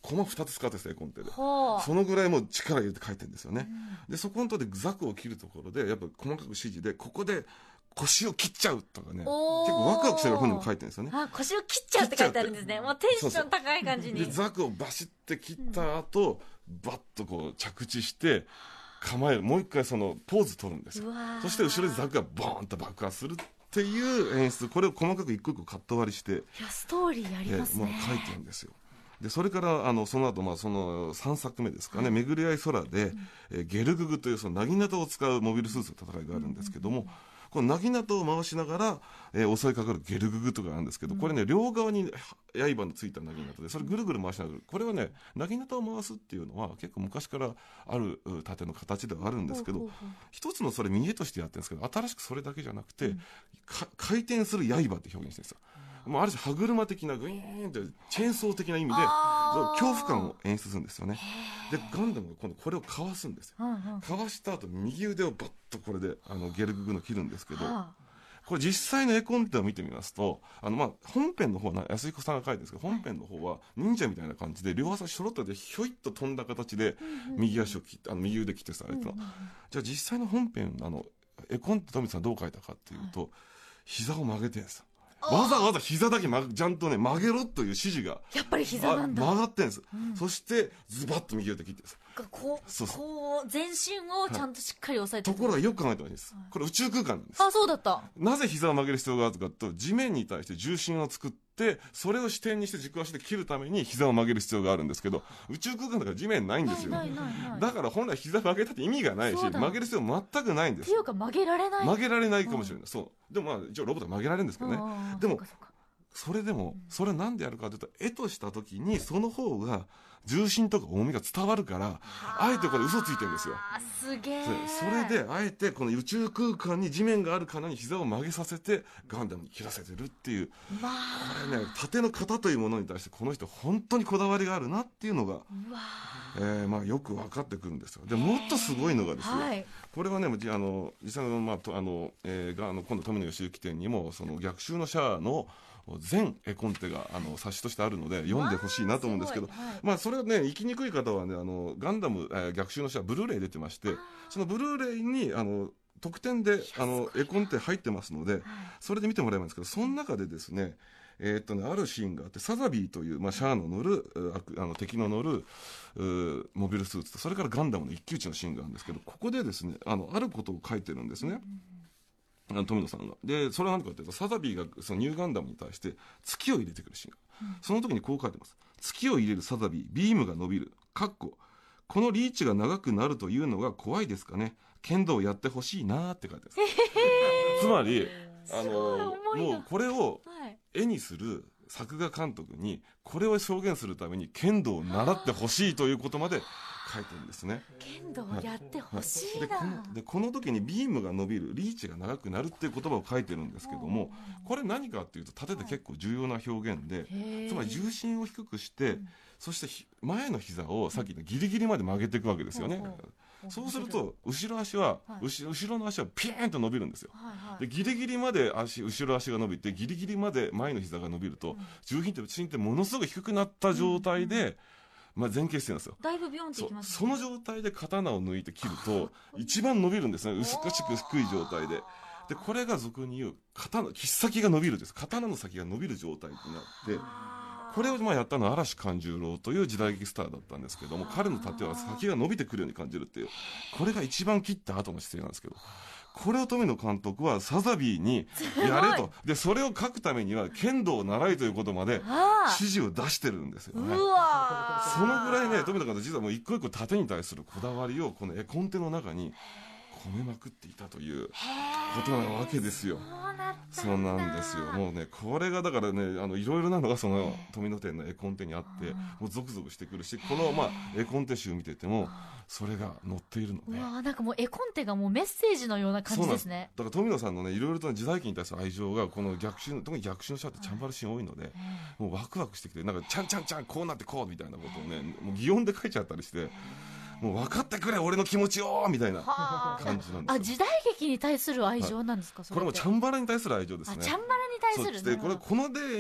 コマふたつ使ってですね、絵コンテで。 はあ、 そのぐらいもう力入れて描いてるんですよね。うん、で、そこのところでザクを切るところで、やっぱ細かく指示で、ここで腰を切っちゃうとかね、結構ワクワクしてる本にも書いてるんですよね。 あ、腰を切っちゃうって書いてあるんですね。もうテンション高い感じに。 そうそうで、ザクをバシッて切った後、うん、バッとこう着地して、構える。もう一回そのポーズ取るんですよ。そして後ろでザクがボーンと爆発するっていう演出。これを細かく一個一個カット割りして、いや、ストーリーありますね。 もう書いてるんですよ。でそれからあのその後、まあそのさんさくめですかね、はい、巡り合い空で、うん、えゲルググというそのなぎなたを使うモビルスーツの戦いがあるんですけども、うんうん、このなぎなたを回しながら、えー、襲いかかるゲルググとかあるんですけど、これね、両側に刃のついたなぎなたで、それぐるぐる回しながら、これはね、なぎなたを回すっていうのは結構昔からある盾の形ではあるんですけど、一つのそれ見栄としてやってるんですけど、新しくそれだけじゃなくて、うん、回転する刃って表現してるんですよ。もうある種歯車的なグイーンってチェーンソー的な意味で恐怖感を演出するんですよね。でガンダムが今度これをかわすんですよ、うんうん、かわした後右腕をバッとこれであのゲルググの切るんですけど、はあ、これ実際の絵コンテを見てみますと、あのまあ本編の方は安彦さんが書いてるんですけど、本編の方は忍者みたいな感じで両足しょろっとでひょいっと飛んだ形で右足を切ってあの右腕切ってされてたの、うんうんうん、じゃあ実際の本編あの絵コンテ富田さんどう書いたかっていうと、はい、膝を曲げてるんですよ。わざわざ膝だけちゃんとね曲げろという指示がやっぱり膝なんだ曲がってるんです、うん、そしてズバッと右腕切ってるんです。 こうそうそうこう全身をちゃんとしっかり押さえて、 はい、ところがよく考えたらいいです、はい、これ宇宙空間なんです。 あ、そうだった。 なぜ膝を曲げる必要があるかと、地面に対して重心を作ってそれを支点にして軸足で切るために膝を曲げる必要があるんですけど、宇宙空間だから地面ないんですよ。 ないないないない。 だから本来膝曲げたって意味がないし、曲げる必要全くないんです。 っていうか曲げられない曲げられないかもしれない、うん、そうでもまあ一応ロボットは曲げられるんですけどね。でもそれでもそれなんでやるかというと、絵とした時にその方が重心とか重みが伝わるから、あえてこれ嘘ついてるんですよ。 すげえ。 それであえてこの宇宙空間に地面があるかのように膝を曲げさせてガンダムに切らせてるっていう、これね、盾の型というものに対してこの人本当にこだわりがあるなっていうのが、えー、まあよく分かってくるんですよ。でもっとすごいのがですよ、はい、これはね、あの実際の、まあ、あの、えー、があの今度富野義行展にもその逆襲のシャアの全絵コンテがあの冊子としてあるので読んでほしいなと思うんですけど、はい、まあそれはね、行きにくい方はね、あのガンダム、えー、逆襲のシャアブルーレイ出てまして、そのブルーレイにあの特典であの絵コンテ入ってますので、それで見てもらえばいいんですけど、その中でですね、えーっとね、あるシーンがあって、サザビーという、まあ、シャアの乗るあの敵の乗るモビルスーツと、それからガンダムの一騎打ちのシーンがあるんですけど、ここでですね、あのあることを書いてるんですね、あの富野さんが。でそれは何かというと、サザビーがそのニューガンダムに対して月を入れてくるシーンが、うん、その時にこう書いてます。月を入れるサザビー、ビームが伸びる、かっここのリーチが長くなるというのが怖いですかね、剣道やってほしいなって書いてます。つまりあのもうこれを絵にする作画監督にこれを表現するために剣道を習ってほしいということまで書いてるんですね。 剣道をやってほしいな、 はいはい、でこのでこの時にビームが伸びる、リーチが長くなるっていう言葉を書いてるんですけども、これ何かっていうと盾で結構重要な表現で、つまり重心を低くして、うん、そして前の膝をさっきのギリギリまで曲げていくわけですよね、うんうん、そうすると後ろ足は、はい、後, 後ろの足はピーンと伸びるんですよ、はいはい、でギリギリまで足後ろ足が伸びてギリギリまで前の膝が伸びると、うん、重心って重心ってものすごく低くなった状態で、うんうん、まあ、前傾姿勢なんですよ。 だいぶビヨンっていきますね。 そ, その状態で刀を抜いて切ると一番伸びるんですね、薄くしく低い状態で。でこれが俗に言う刀、切っ先が伸びるんです。刀の先が伸びる状態になって、これをまあやったのは嵐勘十郎という時代劇スターだったんですけども、彼の盾は先が伸びてくるように感じるっていう、これが一番切った後の姿勢なんですけど、これを富野監督はサザビーにやれと、でそれを書くためには剣道を習いということまで指示を出してるんですよね。 うわそのぐらいね、富野監督実はもう一個一個盾に対するこだわりをこの絵コンテの中に込めまくっていたということなわけですよ。そうなんですよ。もうね、これがだからね、あのいろいろなのがその富野店の絵コンテにあって、もうゾクゾクしてくるし、このまあ絵コンテ集見ててもそれが載っているので、 うわ、なんかもう絵コンテがもうメッセージのような感じですね。 だから富野さんのね、いろいろと時代劇に対する愛情がこの逆襲、特に逆襲のシャアってチャンバルシーン多いので、もうワクワクしてきて、なんかチャンチャンチャンこうなってこうみたいなことをね、もう擬音で書いちゃったりして。もう分かってくれ俺の気持ちをみたいな感じなんですよ。 あ、時代劇に対する愛情なんですか、はい、 これもチャンバラに対する愛情ですね。 あ、チャンバラに対する。 でこれこので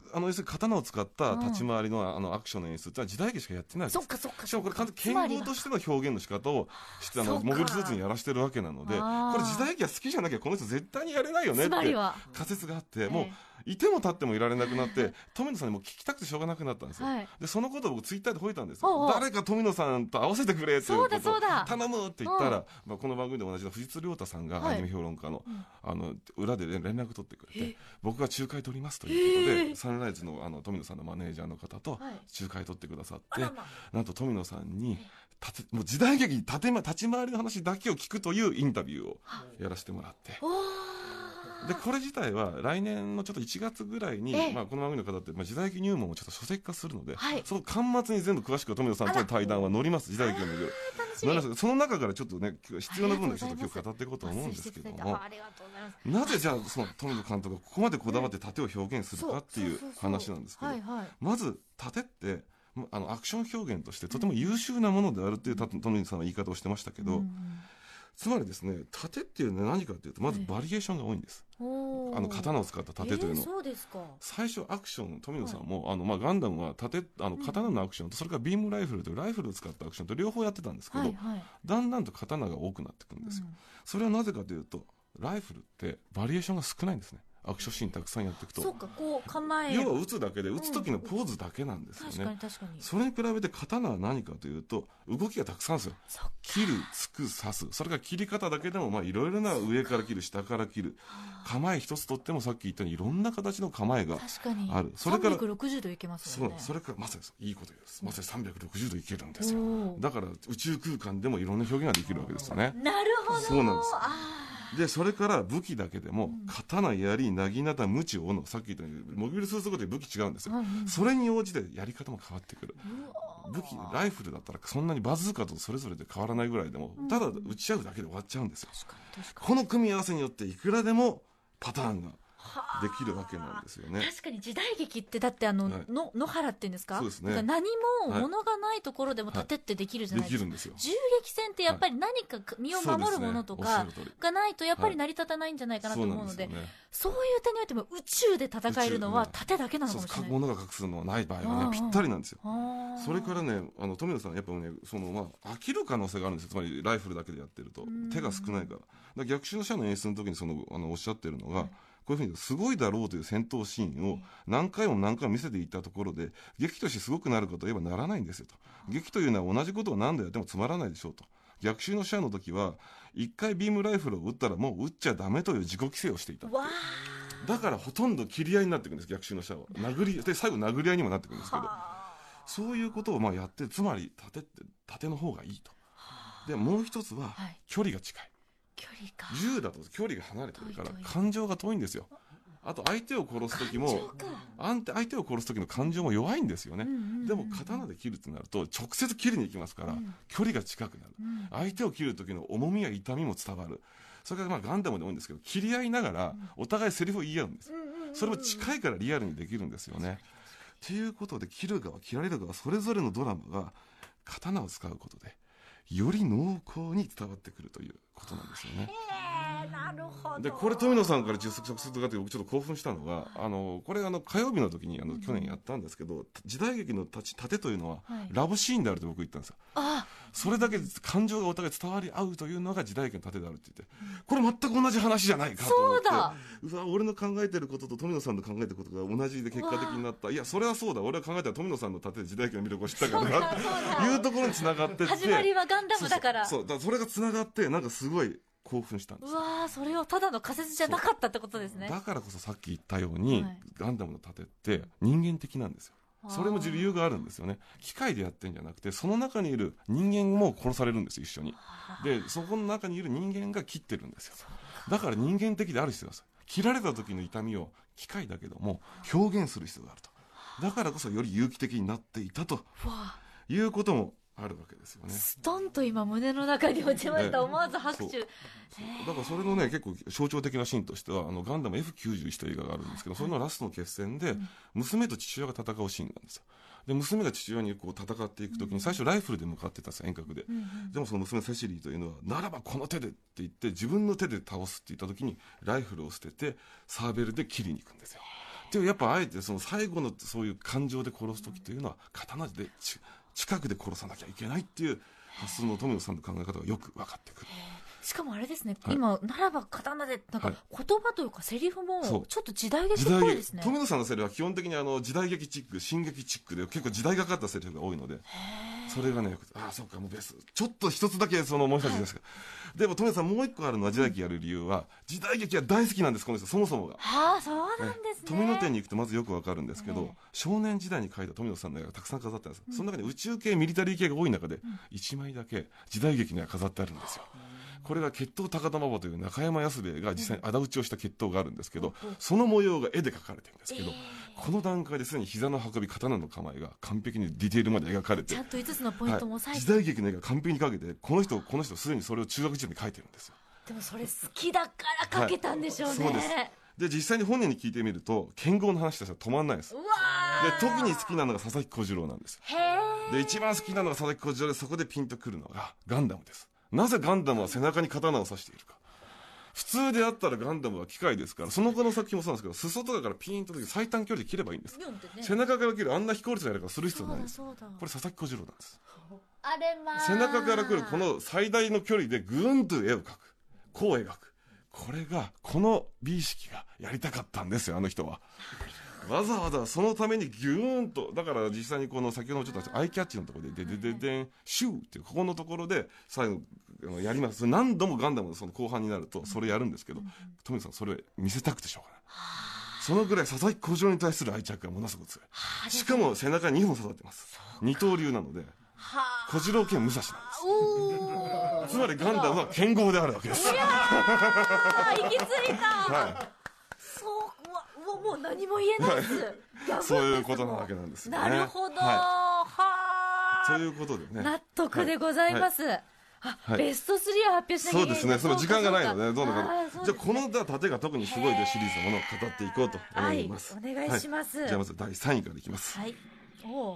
あの要するに刀を使った立ち回りのあのアクションの演出ってのは時代劇しかやってないです。 そっかそっか。 しかもこれ完全に剣豪としての表現の仕方をしてあのモビルスーツにやらしてるわけなので、これ時代劇は好きじゃなきゃこの人絶対にやれないよねって仮説があって、もういても立ってもいられなくなって富野さんにも聞きたくてしょうがなくなったんですよ、はい、でそのことを僕ツイッターで吠えたんですよ。おうおう、誰か富野さんと合わせてくれっていうことを頼むって言ったら、まあ、この番組で同じの藤津亮太さんがアニメ評論家の、はい、あの裏で連絡取ってくれて、僕が仲介取りますということでサンライズ の, あの富野さんのマネージャーの方と仲介取ってくださって、はい、なんと富野さんに立てもう時代劇立て、ま、立ち回りの話だけを聞くというインタビューをやらせてもらって、でこれ自体は来年のちょっといちがつぐらいに、まあ、この番組の方って、まあ、時代劇入門をちょっと書籍化するので、はい、その巻末に全部詳しく富野さんとの対談は載ります。時代劇を巡るその中からちょっとね必要な部分でちょっと今日語っていこうと思うんですけども、なぜじゃあその富野監督がここまでこだわって盾を表現するかっていう話なんですけど、まず盾ってあのアクション表現としてとても優秀なものであるっていう富野さんの言い方をしてましたけど、うん、つまりですね、盾っていうのは何かというとまずバリエーションが多いんです、はい、あの刀を使った盾というの、えー、そうですか。最初アクション富野さんも、はい、あのまあ、ガンダムは盾あの刀のアクションと、それからビームライフルというライフルを使ったアクションと両方やってたんですけど、はいはい、だんだんと刀が多くなってくるんですよ、うん、それはなぜかというとライフルってバリエーションが少ないんですね。アクションシーンたくさんやっていくと、 そうか、こう構え要は撃つだけで撃つ時のポーズだけなんですよね、うん、確かに確かに。それに比べて刀は何かというと動きがたくさんですよ。切る、突く、刺す、それから切り方だけでもいろいろな上から切る下から切る構え一つとってもさっき言ったようにいろんな形の構えがある。それからさんびゃくろくじゅうどいけますよね。そう、それからまさにいいこと言います。まさにさんびゃくろくじゅうどいけるんですよ。だから宇宙空間でもいろんな表現ができるわけですよね。 なるほど。 そうなんです。でそれから武器だけでも刀、槍、なぎなた、鞭、斧、さっき言ったようにモビルスーツごとに武器違うんですよ、うんうん、それに応じてやり方も変わってくる。武器ライフルだったらそんなにバズーカとそれぞれで変わらないぐらいでもただ撃ち合うだけで終わっちゃうんですよ。この組み合わせによっていくらでもパターンができるわけなんですよね。 確かに時代劇ってだってあの、はい、の野原っていうんですか、 そうですね、 何も物がないところでも盾ってできるじゃないですか、はいはい、できるんですよ。銃撃戦ってやっぱり何か身を守るものとかがないとやっぱり成り立たないんじゃないかなと思うので、はい、そういう点においても宇宙で戦えるのは盾だけなのかもしれない。 物が隠すのはない場合はねぴったりなんですよ。それからねあの富野さんやっぱねその、まあ、飽きる可能性があるんですよ。つまりライフルだけでやってると手が少ないから。だから逆襲の者の演出の時にそのあのおっしゃってるのが、はい、こういうふうにすごいだろうという戦闘シーンを何回も何回も見せていったところで劇としてすごくなるかといえばならないんですよと。劇というのは同じことを何度やってもつまらないでしょうと。逆襲の者の時はいっかいビームライフルを撃ったらもう撃っちゃダメという自己規制をしていた。だからほとんど切り合いになっていくんです。逆襲の者は殴りで最後殴り合いにもなっていくんですけど、そういうことをまあやって、つまり盾って盾の方がいいと。でもう一つは距離が近い。距離か。銃だと距離が離れてるから感情が遠いんですよ。あと相手を殺す時も相手を殺す時の感情も弱いんですよね、うんうんうん、でも刀で切るとなると直接切りに行きますから、うん、距離が近くなる、うん、相手を切る時の重みや痛みも伝わる。それからまあガンダムでも多いんですけど切り合いながらお互いセリフを言い合うんですよ、うんうんうん、それも近いからリアルにできるんですよね。ということで切る側切られる側それぞれのドラマが刀を使うことでより濃厚に伝わってくるということなんですよね。 なるほど。 でこれ富野さんから直接とかって僕ちょっと興奮したのが、あのこれあの火曜日の時にあの去年やったんですけど、うん、時代劇の立ち盾というのは、はい、ラブシーンであると僕言ったんですよ。あそれだけ感情がお互い伝わり合うというのが時代劇の盾であるって言って、これ全く同じ話じゃないかと思って、そうだうわ俺の考えてることと富野さんの考えてることが同じで結果的になった。いやそれはそうだ、俺は考えたら富野さんの盾で時代劇の魅力を知ったからなっていうところにつながってって、 始まりはガンダムだからそうそうそうだからそれがつながってなんかすごい興奮したんです。 うわそれをただの仮説じゃなかったってことですね。 だからこそさっき言ったように、はい、ガンダムの盾って人間的なんですよ。それも理由があるんですよね。機械でやってるんじゃなくてその中にいる人間も殺されるんですよ一緒に。でそこの中にいる人間が切ってるんですよ。だから人間的である必要がある。切られた時の痛みを機械だけども表現する必要があると。だからこそより有機的になっていたということもあるわけですよね。 ストンと今胸の中に落ちました、ね、思わず拍手。 だからそれのね結構象徴的なシーンとしてはあのガンダム エフきゅうじゅういち という映画があるんですけど、それのラストの決戦で娘と父親が戦うシーンなんですよ。で娘が父親にこう戦っていくときに最初ライフルで向かってたんですよ遠隔で、うんうん、でもその娘セシリーというのはならばこの手でって言って自分の手で倒すって言ったときにライフルを捨ててサーベルで切りに行くんですよ。 でもやっぱあえてその最後のそういう感情で殺す時というのは刀でち近くで殺さなきゃいけないっていう発想の富野さんの考え方がよく分かってくる。 しかもあれですね、 はい、 今ならば刀でなんか言葉というかセリフもちょっと時代劇っぽいですね。 富野さんのセリフは基本的にあの時代劇チック、新劇チックで結構時代がかかったセリフが多いので、それがね、ああそうかもうベストちょっと一つだけそのもう一つですが、はい、でも富野さんもう一個あるのは時代劇やる理由は、うん、時代劇は大好きなんですこの人そもそもが。 はあ、そうなんですね。 富野店に行くとまずよくわかるんですけど、ね、少年時代に描いた富野さんの絵がたくさん飾ってあるんです、うん、その中に宇宙系ミリタリー系が多い中で、うん、いちまいだけ時代劇には飾ってあるんですよ。これが決闘高田馬場という中山安兵衛が実際に仇討ちをした決闘があるんですけど、その模様が絵で描かれてるんですけど、この段階ですでに膝の運び刀の構えが完璧にディテールまで描かれて、 ちゃんといつつのポイントも押さえて、 はい、時代劇の絵が完璧に描けて、この人この人すでにそれを中学時代に描いてるんですよ。 でもそれ好きだから描けたんでしょうね、はい、そうです。 で実際に本人に聞いてみると剣豪の話としては止まんないです。うわで特に好きなのが佐々木小次郎なんです。へで一番好きなのが佐々木小次郎で、そこでピンとくるのがガンダムです。なぜガンダムは背中に刀を刺しているか。普通であったらガンダムは機械ですから、その後の作品もそうなんですけど、裾とかからピーンと最短距離で切ればいいんです、ね、背中から切るあんな非効率なやり方する必要ないんです。これ佐々木小次郎なんです。 あれまあ背中から来るこの最大の距離でぐーんと絵を描く、こう描く、これがこの美意識がやりたかったんですよあの人は。わざわざそのためにギューンと、だから実際にこの先ほどもちょっとアイキャッチのところでデデデデンシューっていうここのところで最後やります。何度もガンダムのその後半になるとそれやるんですけど、富野さんそれを見せたくてしょうがない。そのぐらい佐々木小次郎に対する愛着がものすごく強い。しかも背中にほん刺さってます。二刀流なので小次郎兼武蔵なんです。つまりガンダムは剣豪であるわけです。いやー行き着いた、はい、そうもう何も言えないです、 はい、そういうことなわけなんですよね。 なるほど、はい、 はあ、ということでね、 納得でございます、はい、あ、はい、ベストスリーを発表しなきゃいけない。 そうですね、その時間がないので、どうなのか。じゃあこの盾が特にすごいというシリーズのものを語っていこうと思います、 はい、お願いします、はい、 じゃあまずだいさんいからいきます。 はい、おう、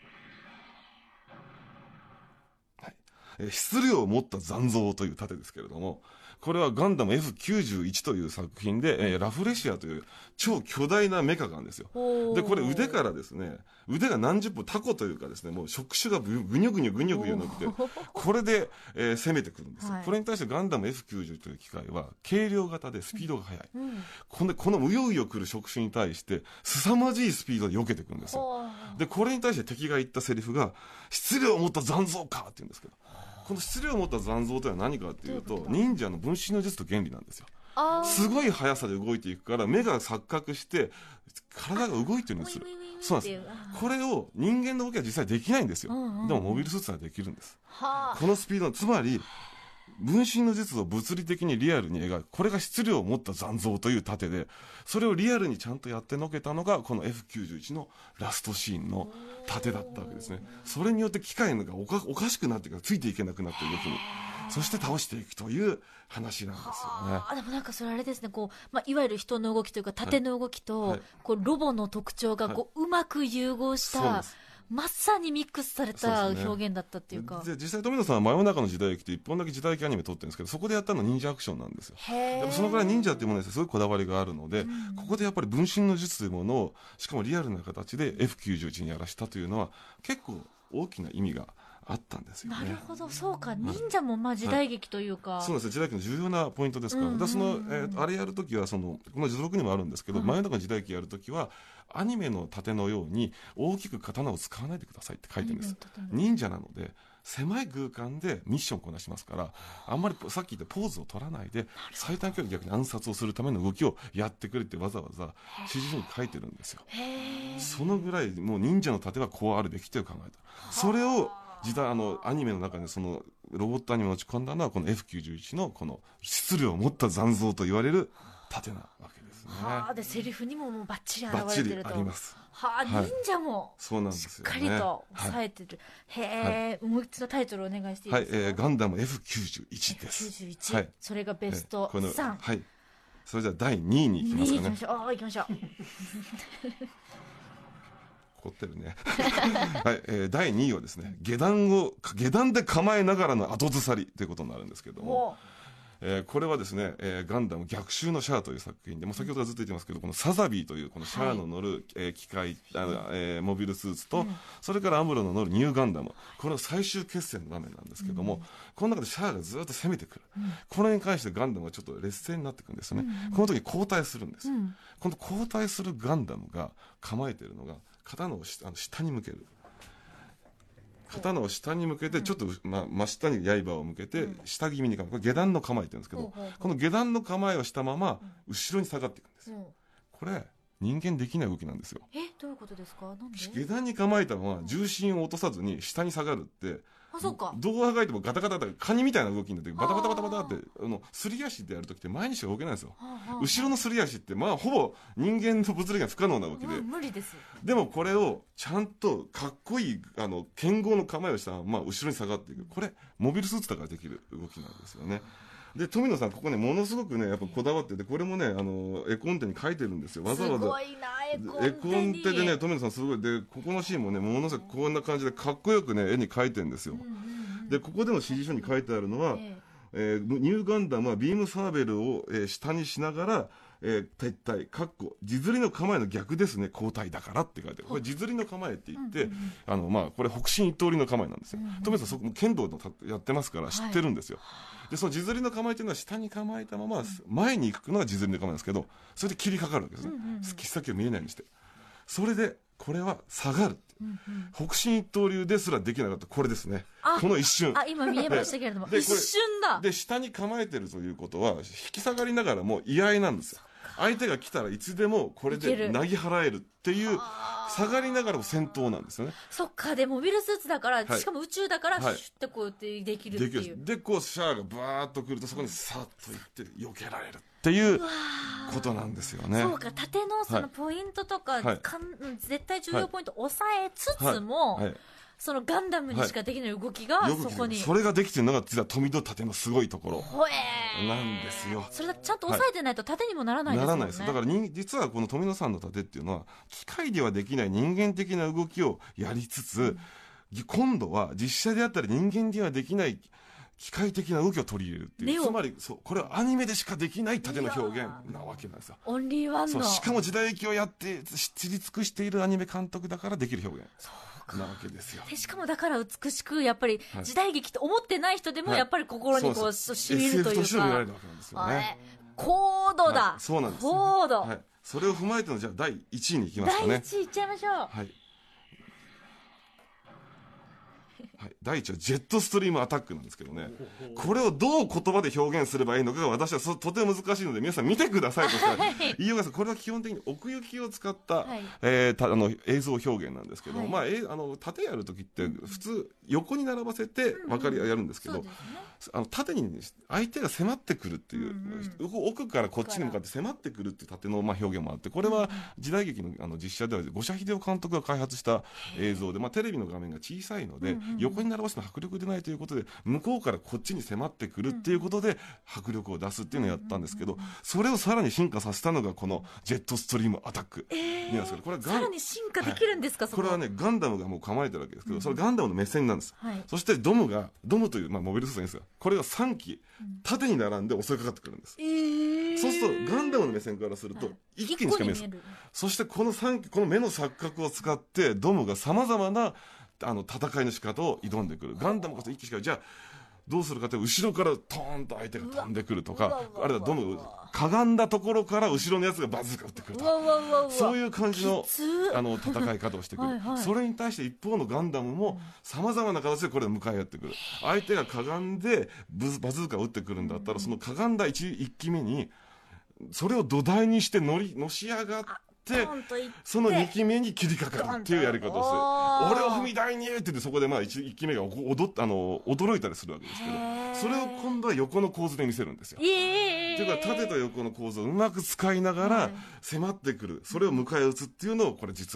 はい、え質量を持った残像という盾ですけれども、これはガンダム エフきゅうじゅういち という作品で、えー、ラフレシアという超巨大なメカがあるんですよ。でこれ腕からですね、腕が何十本タコというかですね、もう触手がぐにょぐにょぐにょぐにょ伸びて、これで、えー、攻めてくるんですよ、はい、これに対してガンダム エフきゅうじゅう という機械は軽量型でスピードが速い、うん、このこのうようよ来る触手に対して凄まじいスピードで避けてくるんですよ。でこれに対して敵が言ったセリフが質量を持った残像かって言うんですけど、この質量を持った残像とは何かっていうと、忍者の分身の術と原理なんですよ。すごい速さで動いていくから目が錯覚して体が動いてるんですよ。そうなんです。これを人間の動きは実際できないんですよ、うんうん、でもモビルスーツはできるんです。このスピード、つまり分身の術を物理的にリアルに描く、これが質量を持った残像という盾で、それをリアルにちゃんとやってのけたのがこの エフきゅうじゅういち のラストシーンの盾だったわけですね。それによって機械がお か, おかしくなってからついていけなくなって動きに、そして倒していくという話なんですよね。 あ、でもなんかそれあれですね、こう、まあ、いわゆる人の動きというか盾の動きと、はいはい、こうロボの特徴がこう、はい、うまく融合したまさにミックスされた表現だったっていうか。 で実際富野さんは真夜中の時代劇って一本だけ時代劇アニメ撮ってるんですけど、そこでやったのは忍者アクションなんですよ。やっぱそのぐらい忍者っていうものですごいこだわりがあるので、うん、ここでやっぱり分身の術というものをしかもリアルな形で エフきゅうじゅういち にやらしたというのは結構大きな意味があったんですよね。 なるほど、そうか、忍者もまあ時代劇というか、 はい、そうですね、時代劇の重要なポイントですから、うんうんうん、だその、えー、あれやるときはそのこの図録にもあるんですけど、うん、真夜中の時代劇やるときはアニメの盾のように大きく刀を使わないでくださいって書いてるんです。忍者なので狭い空間でミッションをこなしますから、あんまりさっき言ったポーズを取らないで最短距離逆に暗殺をするための動きをやってくれってわざわざ指示書に書いてるんですよ。そのぐらいもう忍者の盾はこうあるべきと考えた。それを時代あのアニメの中でそのロボットアニメを打ち込んだのはこの エフきゅうじゅういち のこの質量を持った残像と言われる盾なわけですね。 はあ、でセリフにももうバッチリ現れてると。 バッチリあります。 はあ、忍者もそうなんですよね、 しっかりと抑えてる、はい、へえ、はい、もう一度タイトルお願いしていいですか。 はい、えー、ガンダム エフきゅうじゅういち です。 エフきゅうじゅういち、はい、それがベストさん、 はい、それじゃあだいにいに行きますかね。 にい行きましょう。ああ、行きましょう怒ってるねはい、えー、だいにいはですね、下段を下段で構えながらの後ずさりということになるんですけれども、 えー、これはですね、えー、ガンダム逆襲のシャアという作品で、もう先ほどからずっと言ってますけど、このサザビーというこのシャアの乗る、はい、えー、機械、あの、えー、モビルスーツと、うん、それからアムロの乗るニューガンダム、これは最終決戦の場面なんですけども、うん、この中でシャアがずっと攻めてくる、うん、これに関してガンダムはちょっと劣勢になってくるんですよね、うん、この時交代するんですよ、うん、この交代するガンダムが構えているのが刀をあの下に向ける、刀を下に向けてちょっと、まあ、真下に刃を向けて下気味に構える、これ下段の構えって言うんですけど、この下段の構えをしたまま後ろに下がっていくんですよ。これ人間できない動きなんですよ。 え、どういうことですか？なんで？ 下段に構えたまま重心を落とさずに下に下がるって、 あ、そうか、 どうあがいてもガタガタガタカニみたいな動きになってバタバタバタバタって、あのすり足でやるときって前にしか動けないんですよ。後ろのすり足ってまあほぼ人間の物理が不可能な動きで、 無理です。 でもこれをちゃんとかっこいいあの剣豪の構えをしたまま後ろに下がっていく、これモビルスーツだからできる動きなんですよね。で富野さんここねものすごくねやっぱこだわってて、これもねあの絵コンテに書いてるんですよ。わざわざすごいな、絵コンテに絵コンテでね富野さんすごいで、ここのシーンもねものすごくこんな感じでかっこよくね絵に描いてるんですよ。うんうんうん、でここでも指示書に書いてあるのは、えーえー、ニューガンダムはビームサーベルを、えー、下にしながら、えー、撤退、かっこ地釣りの構えの逆ですね、交代だからって書いてある。これ地釣りの構えって言って、うんうんうん、あのまあこれ北進一刀流の構えなんですよ。富野、うんうん、さんそこ剣道のやってますから知ってるんですよ。はい、でその地釣りの構えっていうのは下に構えたまま前に行くのが地釣りの構えなんですけど、それで切りかかるわけですね。うんうん、切っ先を見えないようにして、それでこれは下がるって、うんうん、北進一刀流ですらできなかったこれですね。この一瞬、 あ、今見えましたけれども一瞬だ。 で下に構えてるということは引き下がりながらも居合なんですよ。相手が来たらいつでもこれでなぎ払えるっていう、下がりながらも戦闘なんですよね。 そっか、でモビルスーツだから、はい、しかも宇宙だからシュッてこうやってできるっていう、 でこうシャアがバーッと来るとそこにさっと行って避けられるっていうことなんですよね。 そうか、縦のそのポイントとか、はい、かん絶対重要ポイントを抑えつつも、はいはいはい、そのガンダムにしかできない動きがそこに、 それができてるのが実は富戸盾のすごいところなんですよ。 それだちゃんと抑えてないと盾にもならないですもんね。 ならないです。だからに実はこの富野さんの盾っていうのは機械ではできない人間的な動きをやりつつ、うん、今度は実写であったり人間ではできない機械的な動きを取り入れるっていう、つまりそうこれはアニメでしかできない盾の表現なわけなんですよ。 オンリーワンの、 そうしかも時代劇をやって知り尽くしているアニメ監督だからできる表現なわけですよ。 でしかもだから美しくやっぱり時代劇と思ってない人でもやっぱり心にこうしみるというか、エスエフ として見られるわけなんですよね。高度だ、 はい、そうなんです、ね、 高度、 はい、それを踏まえてのじゃあだいいちいにいきますかね。 だいいちいいっちゃいましょう。 はいはい、だいいちはジェットストリームアタックなんですけどね、これをどう言葉で表現すればいいのかが私はそとても難しいので皆さん見てくださいとしたら言いようが、これは基本的に奥行きを使った、はい、えー、たあの映像表現なんですけど、はい、まあ、えあの縦やるときって普通横に並ばせて分かりやるんですけど、うんうん、あの縦に相手が迫ってくるっていう、うんうん、奥からこっちに向かって迫ってくるっていう縦のまあ表現もあって、これは時代劇 の, あの実写では五社英夫監督が開発した映像で、まあ、テレビの画面が小さいので、うんうん、横に並ばせて迫力でないということで向こうからこっちに迫ってくるっていうことで迫力を出すっていうのをやったんですけど、それをさらに進化させたのがこのジェットストリームアタックになんですけど、これはさらに進化できるんですか、はい、そここれはねガンダムがもう構えてるわけですけど、それガンダムの目線なんです、はい、そしてドムがドムという、まあ、モビルスーツなんですが、これがさんき縦に並んで襲いかかってくるんです、えー、そうするとガンダムの目線からすると一気にしか見えない、はい、そしてこのさんきこの目の錯覚を使ってドムがさまざまなあの戦いの仕方を挑んでくる。ガンダムこそ一気しか、じゃあどうするかというと後ろからトーンと相手が飛んでくるとか、あるいはドムかがんだところから後ろのやつがバズーカ撃ってくるとか、そういう感じ の, あの戦い方をしてくるはい、はい、それに対して一方のガンダムもさまざまな形でこれを向かい合ってくる。相手がかがんでバズーカを撃ってくるんだったら、そのかがんだ 1, 一機目にそれを土台にして乗りのし上がってでそのにきめに切りかかるっていうやり方をする。俺を踏み台にって言ってそこでまあ 1, いっきめが踊っあの驚いたりするわけですけど、それを今度は横の構図で見せるんですよ。というか縦と横の構図をうまく使いながら迫ってくる、それを迎え撃つっていうのをこれ実は